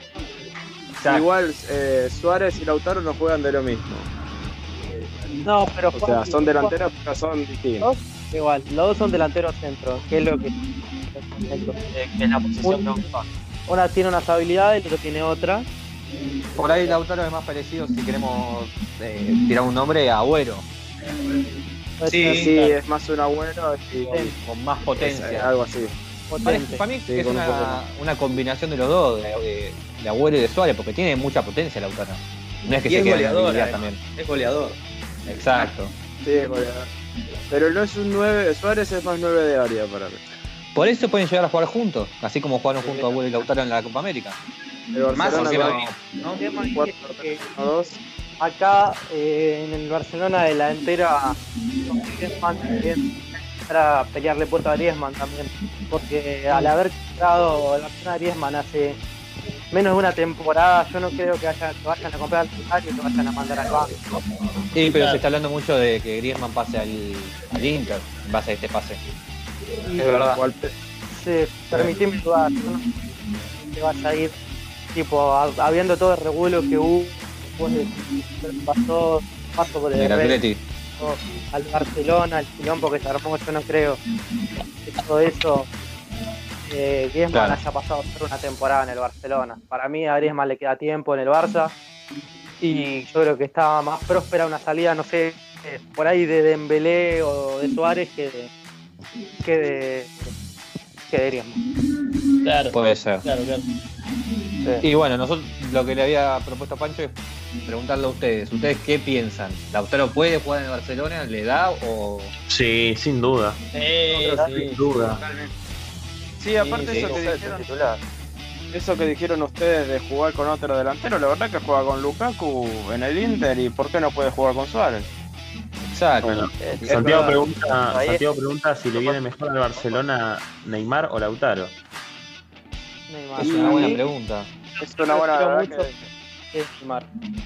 O sea, Igual Suárez y Lautaro no juegan de lo mismo. No, pero O sea, son delanteros, pero son distintos. igual, los dos son delanteros centros, que es lo que Que es la posición que ocupa. una tiene unas habilidades y el otro tiene otra. por ahí Lautaro es más parecido, si queremos tirar un nombre, a Agüero, Sí, es más un Agüero y con más potencia. algo así. Potente. Para mí Sí, es con un poco más. una combinación de los dos, de Agüero y de Suárez, porque tiene mucha potencia Lautaro. No es que Y se es quede en la goleador, habilidad también. Es goleador. Exacto. Sí, goleador. Pero no es un 9, Suárez es más 9 de área para mí. Por eso pueden llegar a jugar juntos, así como jugaron juntos Agüero y Lautaro en la Copa América. El Más Barcelona porque va no. El tema es 4-3-1-2. acá en el Barcelona delantera con Griezmann también, para pelearle puesto a Griezmann también, porque al haber comprado el Barcelona a Griezmann hace menos de una temporada, yo no creo que vayan a comprar al Rosario y que vayan a mandar al banco. Sí, pero Claro. se está hablando mucho de que Griezmann pase al Inter en base a este pase. Y Es verdad. O al- se permitime dudar, yo no sé que vaya a ir, tipo, habiendo todo el revuelo que hubo después de que paso por el Del Real, Atleti. al Barcelona, el quilombo que se armó, yo no creo que todo eso Griezmann Claro. haya pasado a ser una temporada en el Barcelona. Para mí a Griezmann le queda tiempo en el Barça y yo creo que está más próspera una salida, no sé, por ahí de Dembélé o de Suárez que de Griezmann. Claro, Puede ser. claro. Y bueno, nosotros lo que le había propuesto a Pancho es preguntarle a ustedes. ¿Ustedes qué piensan? ¿Lautaro puede jugar en el Barcelona? ¿Le da o...? Sí, sin duda. Sí. Duda. Sí, aparte Sí, eso, sí, que Ser dijeron, titular. eso que dijeron ustedes de jugar con otro delantero, la verdad que juega con Lukaku en el Inter y ¿por qué no puede jugar con Suárez? Exacto. Bueno, Es Santiago verdad. pregunta si le viene mejor al Barcelona Neymar o Lautaro. Neymar. Es una buena pregunta. Es una buena Quiero verdad mucho. que- Es Neymar.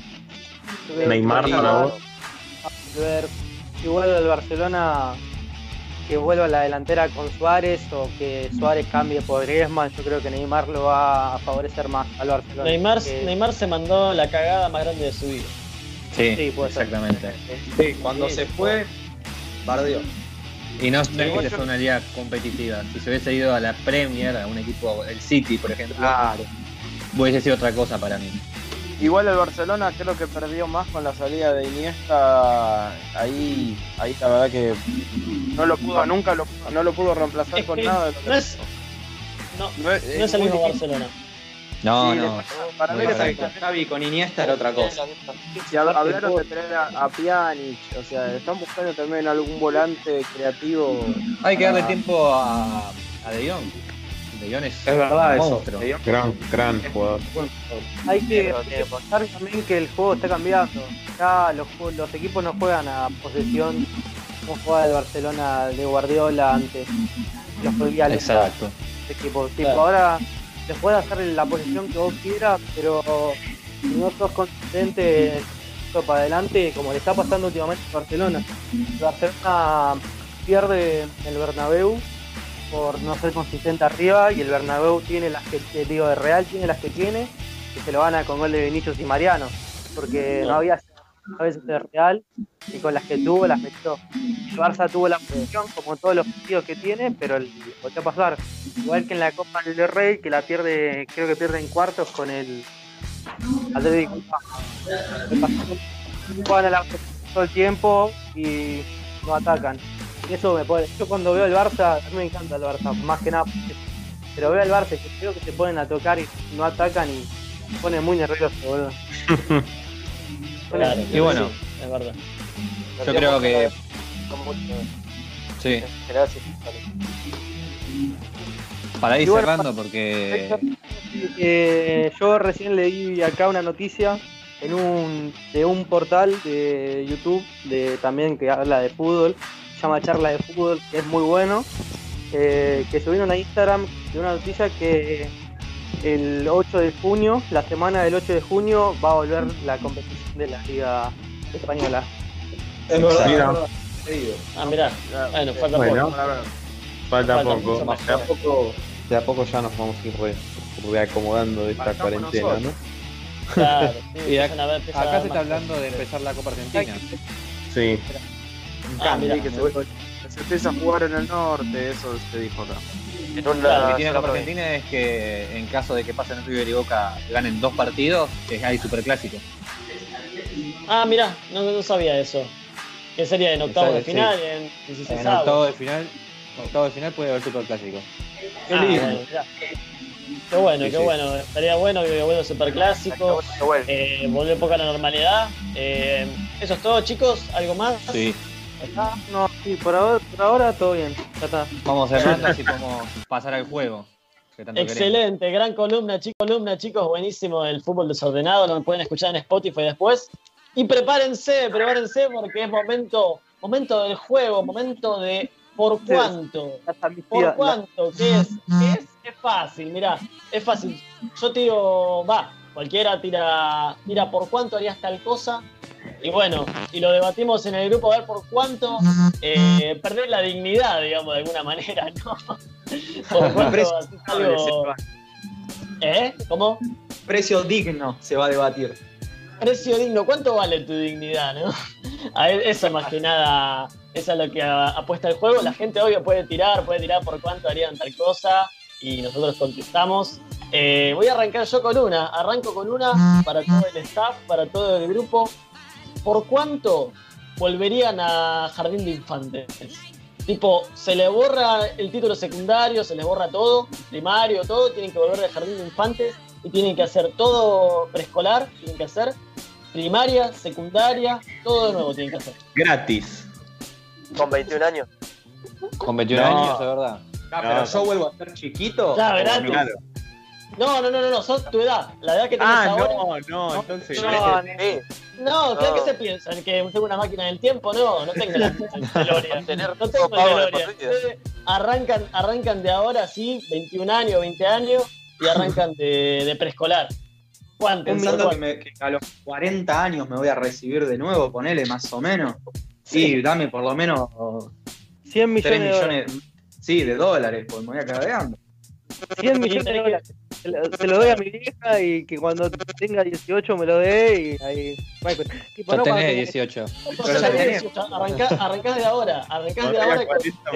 Neymar para vos. Ver si vuelve al Barcelona, que vuelva a la delantera con Suárez o que Suárez cambie por Griezmann, yo creo que Neymar lo va a favorecer más al Barcelona. Neymar se mandó la cagada más grande de su vida. Sí, puede ser. exactamente. Sí, cuando se fue, bardeó. Y no es que fue una liga competitiva. Si se hubiese ido a la Premier, a un equipo, el City, por ejemplo, hubiese sido otra cosa para mí. Igual el Barcelona creo que perdió más con la salida de Iniesta. Ahí la verdad que no lo pudo, no lo pudo reemplazar Es con que nada de lo que no es, no, no es el muy mismo difícil. Barcelona. No, Sí, no. Para mí Muy le correcto. falta. Xavi con Iniesta era otra cosa. Si hablaron de tener a Pjanic, o sea, están buscando también algún volante creativo. Hay que darle para- tiempo a De Jong. De Jong es verdad un eso. monstruo. Gran jugador. Hay que pensar también que el juego está cambiando. Ya los equipos no juegan a posesión como jugaba el Barcelona de Guardiola antes. Los fluviales. Exacto. Equipo. Tipo, Claro. ahora les puedes hacer la posición que vos quieras, pero si no sos consistente para adelante, como le está pasando últimamente a Barcelona. El Barcelona pierde en el Bernabéu por no ser consistente arriba y el Bernabéu tiene las que, de Real tiene las que tiene, que se lo gana con gol de Vinicius y Mariano, porque no había a veces de Real y con las que tuvo las metió. El Barça tuvo la posición como todos los partidos que tiene, pero volvió a pasar. Igual que en la Copa del Rey, que la pierde, creo que pierde en cuartos con el Atlético. Juegan a la todo el tiempo y no atacan. Y eso me pone. Yo cuando veo el Barça, a mí me encanta el Barça, más que nada. Pero veo al Barça que creo que se ponen a tocar y no atacan y me pone muy nervioso, boludo. Claro, Y bueno, sí, es verdad. yo creo que sí. Gracias. Para ir Y bueno, cerrando, porque Yo recién leí acá una noticia de un portal de YouTube también que habla de fútbol, se llama Charla de Fútbol, que es muy bueno, que subieron a Instagram de una noticia que el 8 de junio, la semana del 8 de junio, va a volver la competición de la Liga Española. Es verdad, Mira. es verdad. Mirá. Bueno, falta Bueno. poco. Falta Falta poco. mucho más. De a poco ya nos vamos a ir reacomodando de esta Marcamos cuarentena, nosotros. ¿no? Claro, sí, Y empiezan a ver, empieza a Acá dar se está más hablando de empezar la Copa Argentina. Sí. mirá. Sí, que se empieza a jugar en el norte, eso se dijo acá. En Lo una que tiene la sola Copa provincia. Argentina es que en caso de que pasen River y Boca ganen 2 partidos, hay superclásico. Mirá, no sabía eso. ¿Qué sería en octavos de Sí. final? En 16 En octavo de final puede haber superclásico. Qué lindo. Qué bueno, Sí, qué sí. bueno. Estaría bueno que vuelva el superclásico. Volver un poco a la normalidad. Eso es todo, chicos. ¿Algo más? Sí. ¿Está? No, sí, por ahora todo bien. Ya está. Vamos cerrando así podemos pasar al juego. Que tanto Excelente, gran columna, chicos, buenísimo el fútbol desordenado, lo pueden escuchar en Spotify después. Y prepárense porque es momento del juego, momento de por cuánto. ¿Por cuánto? ¿Qué es? Es fácil, mirá, es fácil. Yo tiro, cualquiera tira por cuánto harías tal cosa. Y bueno, y lo debatimos en el grupo a ver por cuánto perder la dignidad, digamos, de alguna manera, ¿no? Por cuánto haces algo. ¿Cómo? Precio digno se va a debatir. Precio digno, ¿cuánto vale tu dignidad, no? Eso más que nada, eso es lo que apuesta el juego. La gente obvio puede tirar por cuánto harían tal cosa y nosotros contestamos. Voy a arrancar yo arranco con una para todo el staff, para todo el grupo. ¿Por cuánto volverían a Jardín de Infantes? Tipo, se le borra el título secundario, se les borra todo, primario, todo, tienen que volver de Jardín de Infantes y tienen que hacer todo preescolar, tienen que hacer primaria, secundaria, todo de nuevo tienen que hacer. Gratis. Con 21 años. Con 21 No. años, es verdad. Pero yo vuelvo a ser chiquito. Claro, gratis. Claro. No, sos tu edad, la edad que tenés ahora. No, entonces. Sí. No, ¿qué No. se piensan? ¿Que tengo una máquina del tiempo? No tengo la DeLorean. Tener No tengo todo pago de DeLorean. por vida. Ustedes arrancan de ahora, sí, 21 años, 20 años, y arrancan de preescolar. ¿Cuánto? Pensando que a los 40 años me voy a recibir de nuevo, ponele más o menos. Sí, dame por lo menos 100 millones 3 de dólares. millones de dólares, pues me voy a quedar de hambre. 100 millones de dólares. Se lo doy a mi vieja y que cuando tenga 18 me lo dé y ahí. Tipo, Ya no, tenés cuando- 18. Pero ya tenés. Arrancás de ahora. Arrancás de ahora.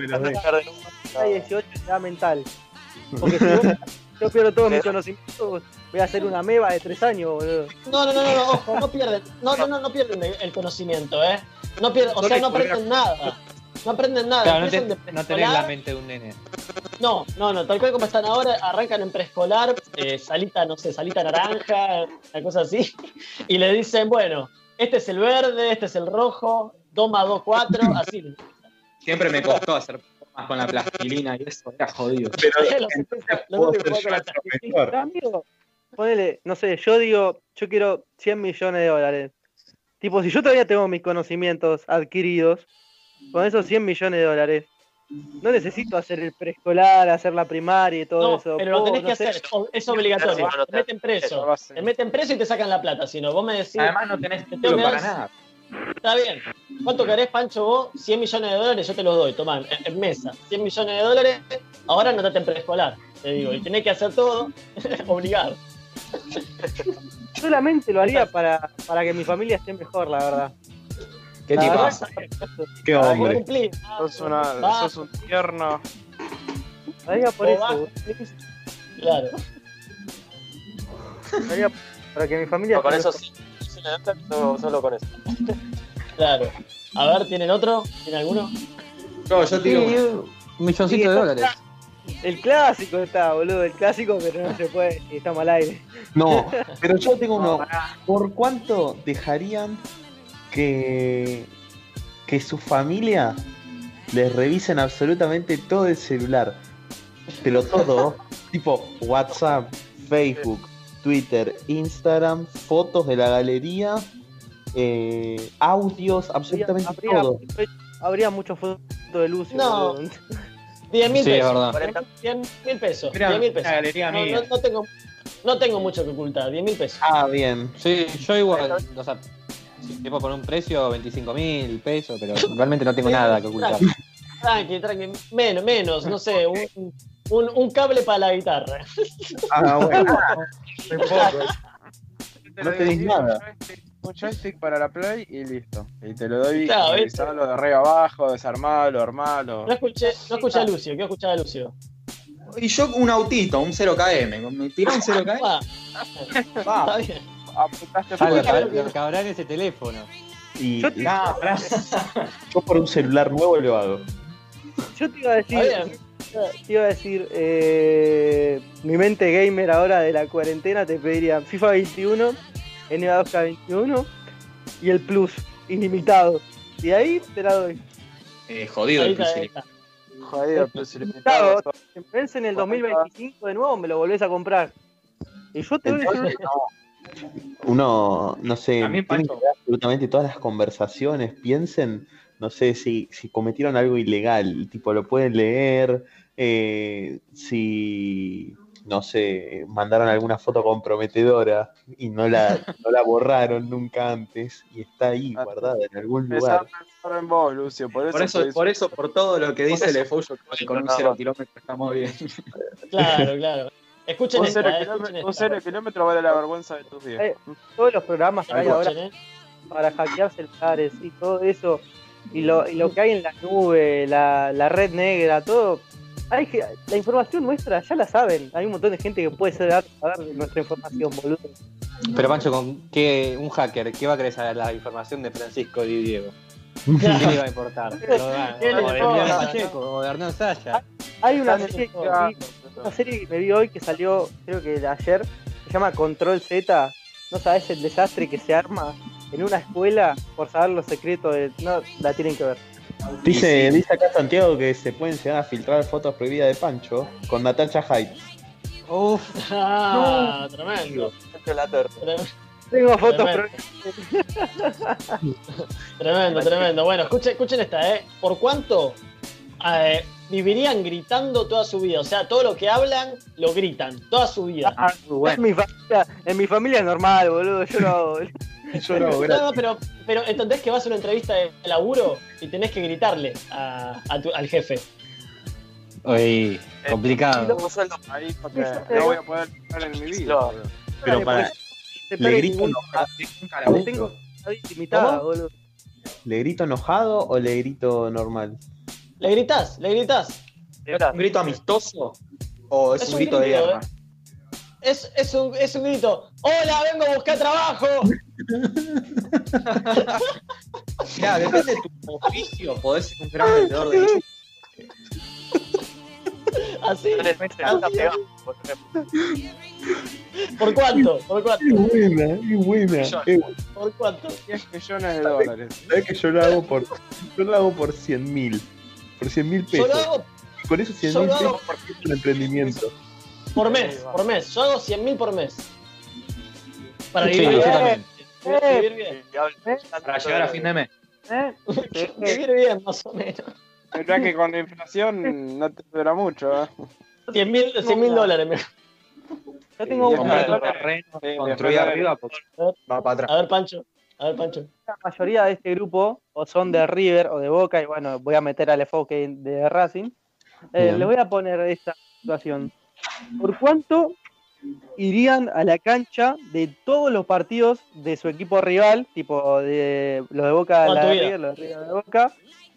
tenga 18 ya mental. Porque si yo pierdo todos mis conocimientos, voy a hacer una meba de 3 años, boludo. No, ojo, no pierden. No pierden el conocimiento, No pierden, o sea, no aprenden nada. No aprenden nada. Claro, Empiezan de no tenés preescolar. la mente de un nene. No, tal cual como están ahora, arrancan en preescolar, salita naranja, una cosa así, y le dicen, bueno, este es el verde, este es el rojo, 2 más 2, 4, así. Siempre me costó hacer más con la plastilina y eso, era jodido. Pero Los entonces los puedo únicos ser que juegan yo con la- el mejor. Pero, amigo, ponele, no sé, yo digo, yo quiero 100 millones de dólares. Tipo, si yo todavía tengo mis conocimientos adquiridos, con esos 100 millones de dólares, no necesito hacer el preescolar, hacer la primaria y todo No, eso. pero lo tenés no que sé. hacer, es obligatorio, No, te meten preso. Te meten preso y te sacan la plata, si no, vos me decís, Además no tenés te título tengo que para dar- nada. está bien, ¿cuánto querés, Pancho, vos? 100 millones de dólares, yo te los doy, tomá, en mesa, 100 millones de dólares, ahora no te en preescolar, te digo, y tenés que hacer todo obligado. Solamente lo haría para que mi familia esté mejor, la verdad. ¿Qué La tipo? verdad, Qué Por hombre. cumplir. Sos un tierno. lo haría por O eso. bajo. boludo. Claro. Lo haría para que mi familia No, con esté eso sí. Solo con eso. Claro. A ver, ¿tienen otro? ¿Tiene alguno? No, yo tiro. Un milloncito de dólares. mejor. El clásico está, boludo, el clásico, pero no se puede, si estamos al aire. No, pero yo tengo uno. ¿Por cuánto dejarían que su familia les revisen absolutamente todo el celular? Pero todo, tipo WhatsApp, Facebook, Twitter, Instagram, fotos de la galería, audios, absolutamente todo. habría muchas fotos de Lucio. No. boludo. 10.000 Sí, es pesos. verdad. 10.000 pesos. Mira, 10.000 pesos. la galería mía. No tengo mucho que ocultar. 10.000 pesos. Ah, bien. Sí, yo igual, o sea, si te puedo poner un precio, 25.000 pesos, pero realmente no tengo nada que ocultar. Tranqui. Menos, no sé, un cable para la guitarra. Ah, bueno. Muy poco. Te No lo tenés digo, nada. Un joystick para la Play y listo. Y te lo doy, Claro, revisalo de arriba abajo, desarmalo, armalo. No escuché a Lucio. Quiero escuchar a Lucio. Y yo un autito, un 0KM. ¿Me tiró un 0KM? Va. Va, Está bien. apuntaste Ah, fuerte. lo que habrá en ese teléfono. Y No, pará. yo por un celular nuevo lo hago. Yo te iba a decir, Está bien. mi mente gamer ahora de la cuarentena te pediría FIFA 21, NBA 2K21 y el Plus ilimitado. Y ahí te la doy. Jodido Ahí el está, Plus. ahí está. Jodido, plus ilimitado. Ilimitado, se vence en el 2025 de nuevo, me lo volvés a comprar. Y yo te doy Entonces, uno, no sé, A mí, tienen Pancho. que ver absolutamente todas las conversaciones, piensen, no sé, si cometieron algo ilegal, tipo, lo pueden leer, si, no sé, mandaron alguna foto comprometedora y no la borraron nunca antes y está ahí guardada en algún Empezá a lugar. pensar en vos, Lucio. Por todo lo que dice Por eso- el FU, yo creo que con un 0 kilómetro estamos bien. Claro. Escuchen Un esta, 0 kilómetro vale la vergüenza de tus viejos. todos los programas que hay ahora Escuchen, para hackear celulares y todo eso, y lo que hay en la nube, la red negra, todo. La información nuestra ya la saben. Hay un montón de gente que puede saber de nuestra información, boludo. Pero Pancho, ¿con qué un hacker qué va a querer saber la información de Francisco Di Diego? ¿Qué le va a importar? O ¿Qué le de importa? Emiliano Pacheco, o de Hernán Saya. Hay una Está serie, investigando. una serie que me vi hoy que salió, creo que ayer, se llama Control Z. No sabes el desastre que se arma en una escuela por saber los secretos de. No, la tienen que ver. Dice acá Santiago que se pueden llegar a filtrar fotos prohibidas de Pancho con Natasha Hyde. Uf, Tremendo. La torta. Tengo fotos, Tremendo. Bueno, escuchen esta, ¿Por cuánto vivirían gritando toda su vida? O sea, todo lo que hablan, lo gritan, toda su vida. en mi familia es normal, boludo. Yo lo hago. Yo lo hago gratis. No, pero ¿entendés que vas a una entrevista de laburo y tenés que gritarle al jefe? uy, complicado. Ahí porque no voy a poder entrar en mi vida. No. boludo. Pero para, ¿le grito enojado? Le tengo limitada, ¿Cómo? boludo. ¿Le grito enojado o le grito normal? ¿Le gritás? ¿Es un grito amistoso o es un grito de grito, guerra? Es un grito. ¡Hola, vengo a buscar trabajo! Mirá, depende de tu oficio, podés ser un gran vendedor de guito. Así. Anda pegado, por ejemplo. ¿Por cuánto? Es buena. ¿Por cuánto? 10 millones de dólares. ¿Sabes que yo lo hago por 100.000? Por 100.000 Yo lo pesos. hago Con esos 100.000 yo lo pesos hago es un emprendimiento. por mes. Yo hago 100.000 por mes. Para Sí, vivir yo bien. también. Vivir bien. Para llegar a fin de mes. Vivir bien, más o menos. Mirá que con la inflación no te dura mucho, ¿eh? 100.000 dólares. Mira. Yo tengo Comprar una. un terreno, construir arriba, porque va para atrás. A ver, Pancho. La mayoría de este grupo o son de River o de Boca, y bueno, voy a meter al enfoque de Racing. Bien. Les voy a poner esta situación. ¿Por cuánto irían a la cancha de todos los partidos de su equipo rival, tipo de los de Boca, Toda la tu de vida. River, los de River de Boca?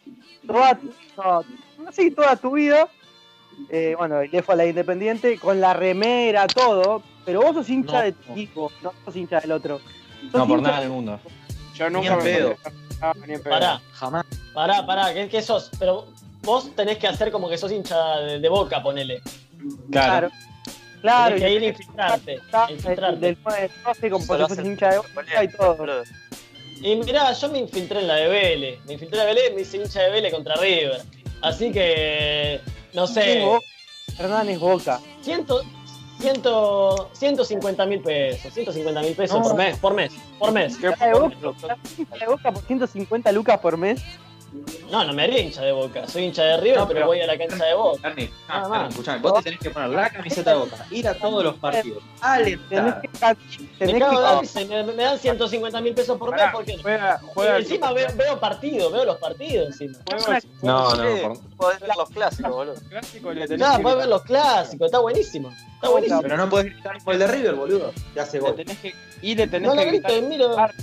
Toda tu vida. Bueno, y le fue a la Independiente con la remera, todo. Pero vos sos hincha No. de tu equipo, no sos hincha del otro. Sos No, por hincha nada en el mundo. Yo Ni nunca en me pedo. ni en pedo. Jamás. Pará, ¿qué sos? Pero vos tenés que hacer como que sos hincha de Boca, ponele. Claro. Claro, Tenés que ir a infiltrarte. del 9-12 como si fuese hincha de Boca y todo. Y mirá, yo me infiltré en la de Vélez. Me infiltré en la de Vélez, me hice hincha de Vélez contra River. Así que, no sé, Hernán es Boca. 150.000 pesos. 150.000 pesos No. por mes. ¿Qué La de Boca por 150 lucas por mes. No, no me haría hincha de Boca. Soy hincha de River, No, pero pero- voy a la cancha de Boca. Ernie, Nada más. escuchame, vos te tenés que poner la camiseta de Boca, ir a todos los partidos, Tenés alentar. que, Me tenés cago de que risa y me dan 150.000 pesos por mes Pará, porque juega encima veo partidos, veo los partidos encima. No, Podés ver los clásicos, boludo. clásico y le tenés Claro, que puedes ver los clásicos, está buenísimo. Está buenísimo. Pero no podés gritar como el de River, boludo. Te hace le gol. tenés que y le tenés No lo que grito, gritar. miro. Pará,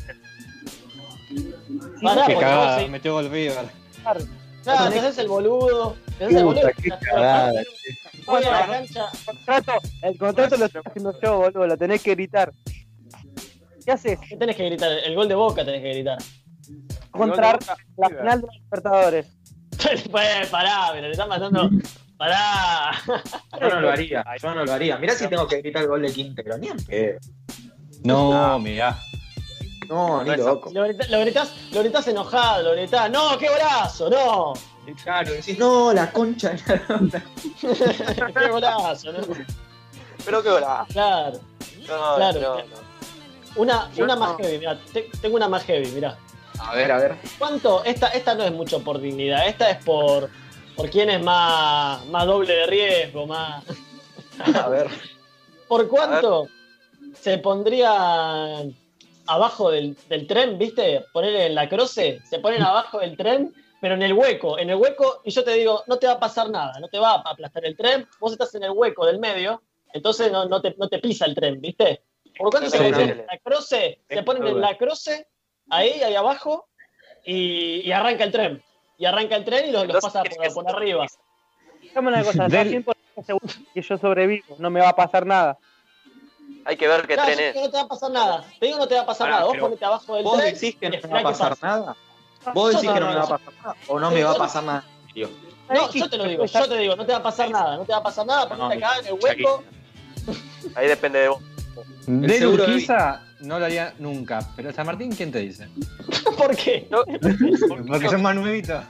Qué porque cagada, vos sí. metió gol River. Claro, te haces el boludo. Te haces el boludo. Puta, qué cagada. Voy a la cancha. el contrato lo estoy haciendo yo, boludo, lo tenés que gritar. ¿Qué haces? ¿Qué tenés que gritar? El gol de Boca tenés que gritar. Contra Boca, la River. final de los Libertadores. Pues, pará, me lo están mandando. Pará. Yo no lo haría. Mirá si tengo que gritar el gol de Quintero, ni en pedo. No, mirá. No, ni loco. Lo gritás enojado, lo gritás. ¡No, qué golazo! ¡No! Claro, decís, no, la concha de la lora. ¡Qué golazo! ¿No? Pero qué hola. Claro. No, Claro. no. Una más heavy, mirá. Tengo una más heavy, mirá. A ver. ¿Cuánto? Esta no es mucho por dignidad, esta es por quién es más doble de riesgo, más. A ver. ¿Por cuánto se pondría abajo del tren, viste? Poner en la croce, se ponen abajo del tren, pero en el hueco, y yo te digo, no te va a pasar nada, no te va a aplastar el tren, vos estás en el hueco del medio, entonces no te pisa el tren, ¿viste? ¿Por cuánto Sí, se sí. ponen en la croce? Se ponen en la croce, ahí abajo, y arranca el tren. Y arranca el tren y los pasa por arriba. Dígame una cosa, está 100% seguro que yo sobrevivo, no me va a pasar nada. Hay que ver qué Claro, tren yo es. digo, no te va a pasar nada. Te digo, no te va a pasar Pará, nada. Vos pero ponete abajo del ¿Vos tren. decís que y no me esperá va a que pasar pase. nada? ¿Vos decís que no me va a no. pasar nada? ¿O no me va a pasar nada? en serio? No, yo te lo digo, yo te digo, no te va a pasar nada. No te va a pasar nada. Ponete acá en el hueco. Ahí depende de vos. De seguro de Urquiza no lo haría nunca. Pero San Martín, ¿quién te dice? ¿Por qué? Yo, Porque son más nuevitos.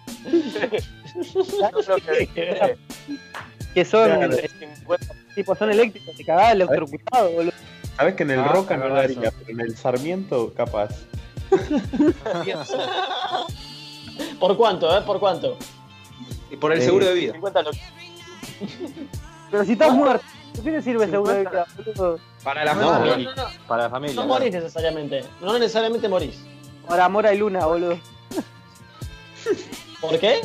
yo creo Que son, Claro. tipo, son eléctricos, te cagás electrocutado, boludo. Sabes que en el Ah, Roca es no lo verdad haría, eso. pero en el Sarmiento capaz. ¿Por cuánto, ¿Por cuánto? Y por el seguro de vida. 50 lo Pero si estás muerto, ¿qué te sirve el seguro de vida, boludo? Para la No, familia. No. Para la familia. No morís necesariamente. No necesariamente morís. Para Mora y Luna, boludo. ¿Por qué?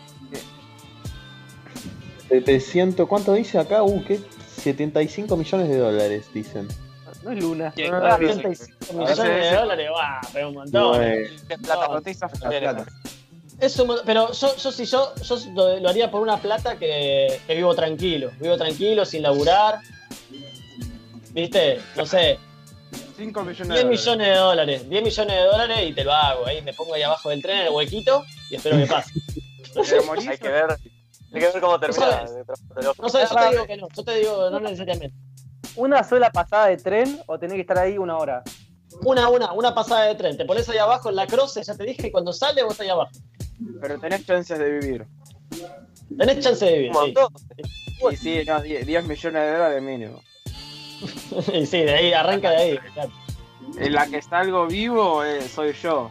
700, ¿cuánto dice acá? ¿Qué? 75 millones de dólares, dicen. No es Luna. ¿Quién? Ah, 35 millones de dólares, va, pero un montón. Bueno, Plata, No. cotiza, Plata. Es un pero yo lo haría por una plata que vivo tranquilo, sin laburar. ¿Viste? No sé, 5 millones 10 millones de dólares. 10 millones de dólares y te lo hago. Ahí me pongo ahí abajo del tren en el huequito y espero que pase. Hay que ver cómo termina. No sé, yo te digo no necesariamente. ¿Una sola pasada de tren o tenés que estar ahí una hora? Una pasada de tren. Te pones ahí abajo en la croce, ya te dije, y cuando sale vos ahí abajo. Pero tenés chances de vivir. Tenés chance de vivir. Un montón. Y sí, no, 10 millones de dólares mínimo. Sí, y sí, de ahí, arranca de ahí. Claro. En la que salgo vivo soy yo.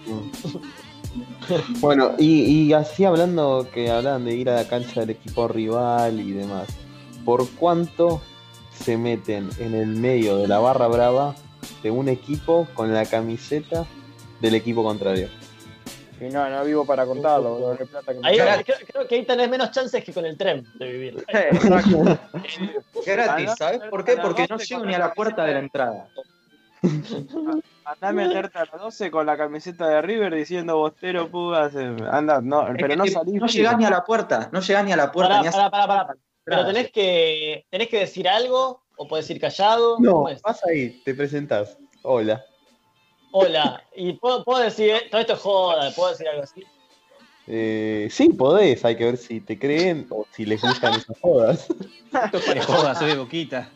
Bueno, y así hablando, que hablaban de ir a la cancha del equipo rival y demás, ¿por cuánto se meten en el medio de la barra brava de un equipo con la camiseta del equipo contrario? Y no vivo para contarlo, boludo. No hay plata que me Ahí, queda. creo que ahí tenés menos chances que con el tren de vivir. Exacto. Gratis, ¿sabes por qué? Porque no llego ni a la puerta de la entrada. Andá a meterte a las 12 con la camiseta de River diciendo Bostero, pugas. Anda, no, Es pero que no te- salís. no llegás ni a la puerta, no llegás ni a la puerta. ni a- Pará. Pero tenés que decir algo o podés ir callado. No, ¿Cómo es? vas ahí, te presentás. Hola. Hola. Y puedo decir, todo esto es joda, puedo decir algo así. Sí, podés, hay que ver si te creen o si les gustan esas jodas. Me jodas, soy de Boquita.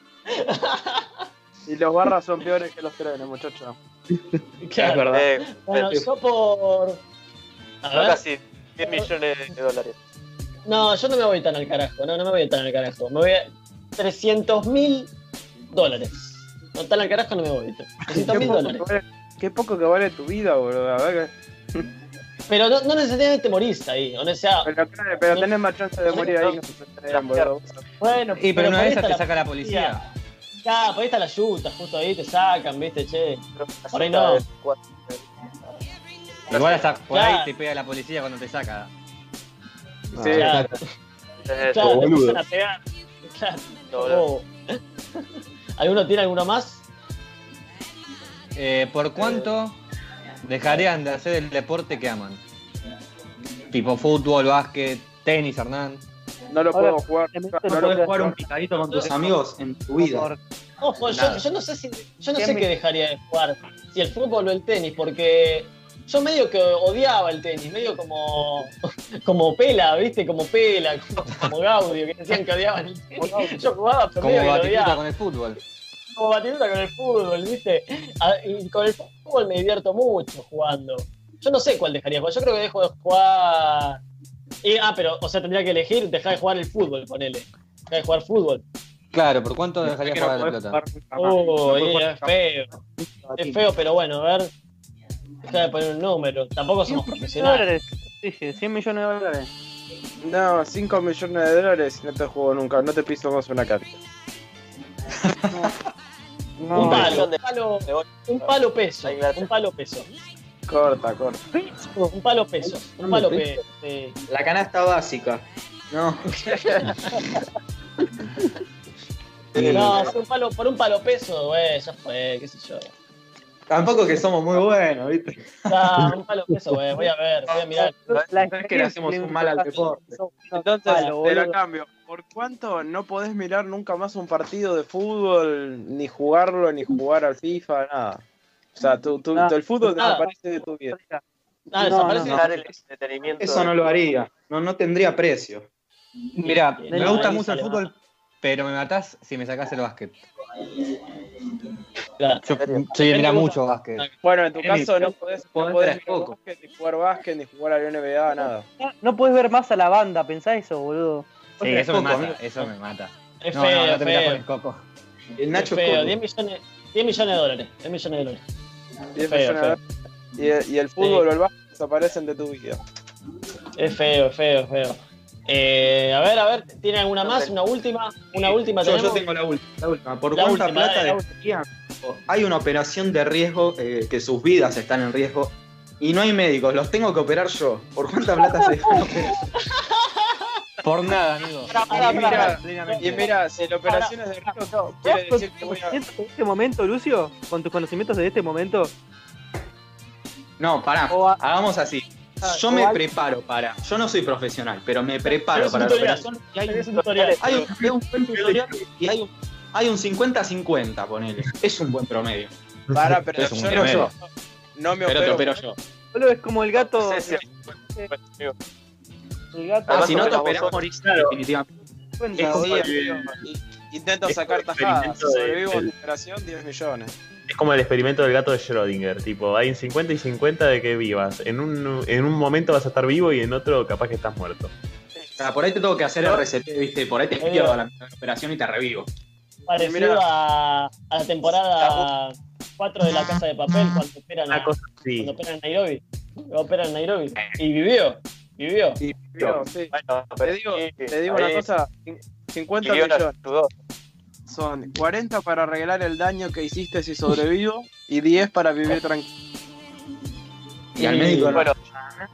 Y los barras son peores que los trenes, muchachos. Claro. verdad. Bueno, yo por. A ver. Casi 10 millones de dólares. No, yo no me voy tan al carajo. No me voy tan al carajo. Me voy a $300.000. No tan al carajo no me voy. $300.000. Qué poco que vale tu vida, boludo. A ver que... Pero no necesariamente morís ahí. O sea, Pero tenés más chance de morir ahí que se entregan, boludo. bueno, Pero una por ahí vez está te saca la policía. Claro, por ahí está la yuta, justo ahí te sacan, viste, che. Por ahí no. Igual hasta por Claro. ahí te pega la policía cuando te saca. Sí, Claro, Es claro, te boludo. empiezan a pegar. Claro. Oh. ¿Alguno tiene alguno más? ¿Por cuánto dejarían de hacer el deporte que aman? Tipo fútbol, básquet, tenis, Hernán. no lo puedo jugar. No No lo podés puedo jugar un picadito con tus amigos en tu vida. Ojo, Nada. yo no sé qué dejaría de jugar, si el fútbol o el tenis, porque yo medio que odiaba el tenis, medio como Pela, ¿viste? Como Pela, como Gaudio, que decían que odiaban el tenis. Yo jugaba, pero Como medio que lo Batistuta odiaba. con el fútbol. Como Batistuta con el fútbol, ¿viste? Y con el fútbol me divierto mucho jugando. Yo no sé cuál dejaría de jugar, yo creo que dejo de jugar... pero, o sea, tendría que elegir, dejar de jugar el fútbol, ponele. Dejar de jugar fútbol. Claro, ¿por cuánto dejarías Que no jugar a la podés pelota? jugar nunca más. No podés jugar Es feo. Es feo, pero bueno, a ver. Deja de poner un número. Tampoco somos profesionales. Dije, 100 millones de dólares. No, 5 millones de dólares y no te juego nunca, no te piso más una carta. Un palo, de un palo peso. Ahí va. Un palo peso. Corta. Un palo peso. Un palo peso. Sí. La canasta básica. No. No, sí, por un palo peso, güey, ya fue, qué sé yo. Tampoco que somos muy buenos, ¿viste? No, un palo peso, güey, voy a mirar. No es que le hacemos un mal al deporte. Entonces, Palo, te lo boludo. cambio. ¿Por cuánto no podés mirar nunca más un partido de fútbol, ni jugarlo, ni jugar al FIFA, nada? O sea, el fútbol Nada. desaparece de tu vida. Ah, desaparece. Dejar el entretenimiento. Eso no lo haría. No tendría precio. Mirá, Bien, me gusta ahí mucho el sale, fútbol, pero me matás si me sacás el básquet. Claro. Yo soy de mirar mucho básquet. Bueno, en tu Emi, caso no podés podés mirar ver poco. básquet, ni jugar básquet, ni jugar a la NBA, nada. No puedes ver más a la banda, pensá eso, boludo. Sí, eso me poco, mata, amigo. eso me mata. Es No, feo, no te metas con feo. el coco. El Es Nacho feo, Coco. 10 millones de dólares. 10 millones de dólares. 10 Feo, millones de dólares. Y el fútbol o el básquet desaparecen de tu vida. Es feo. A ver, ¿tiene alguna más? ¿Una última? Yo tenemos? tengo la última. ¿Por La cuánta última, plata la dejarían? Hay una operación de riesgo, que sus vidas están en riesgo, y no hay médicos, los tengo que operar yo. ¿Por cuánta plata se dejan operar? Por nada, amigo. Y mira, si la operación es de riesgo, quiere decir que voy a... ¿En este momento, Lucio? ¿Con tus conocimientos de este momento? No, pará, O a- hagamos así. Yo o me al- preparo para. Yo no soy profesional, pero me preparo Tenés un para la tutorial. operación. Y hay Tenés un tutorial. un buen tutorial y hay un 50-50, ponele. Es un buen promedio. Para, pero Es un yo remedio. no me Pero te opero. opero yo. Boludo, es como el gato. Sí, El gato. Ah, Además, si no te operamos operamos, vos. morís definitivamente. cuenta, es como boludo. Intento Es sacar como tajadas. Si experimento de- sobrevivo a del- la operación, 10 millones. Es como el experimento del gato de Schrödinger, tipo, hay un 50 y 50 de que vivas. En un momento vas a estar vivo y en otro capaz que estás muerto. O sea, por ahí te tengo que hacer RCP, ¿viste? Por ahí te pierdo la operación y te revivo. Parecido Mirá. a la temporada 4 de La Casa de Papel, cuando operan Una a cosa así. cuando operan en Nairobi. Operan en Nairobi. Y vivió. Y vivo, sí. Bueno, Te digo una cosa, 50 Vivió la millones ayudó. son 40 para arreglar el daño que hiciste si sobrevivo y 10 para vivir tranquilo. Y al médico no. Bueno,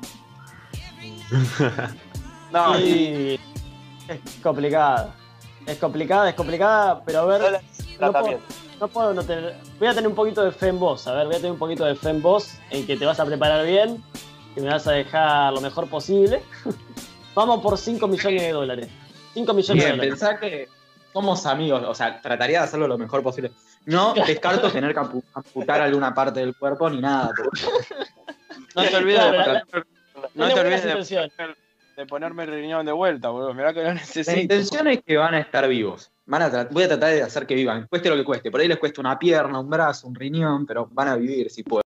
No, Y es complicada. Es complicada, pero a ver, no la tratamiento. no puedo no tener. Voy a tener un poquito de fe en vos, a ver, voy a tener un poquito de fe en vos, en que te vas a preparar bien, que me vas a dejar lo mejor posible. Vamos por 5 millones de dólares. 5 millones de Bien, dólares. pensá que somos amigos, o sea, trataría de hacerlo lo mejor posible. No descarto tener que amputar alguna parte del cuerpo ni nada. Pero... no te olvides Claro, de, la- no Tiene te buenas olvides intenciones. de ponerme el riñón de vuelta, boludo. Mirá que lo La necesito. intención es que van a estar vivos. Voy a tratar de hacer que vivan, cueste lo que cueste. Por ahí les cuesta una pierna, un brazo, un riñón, pero van a vivir si puedo.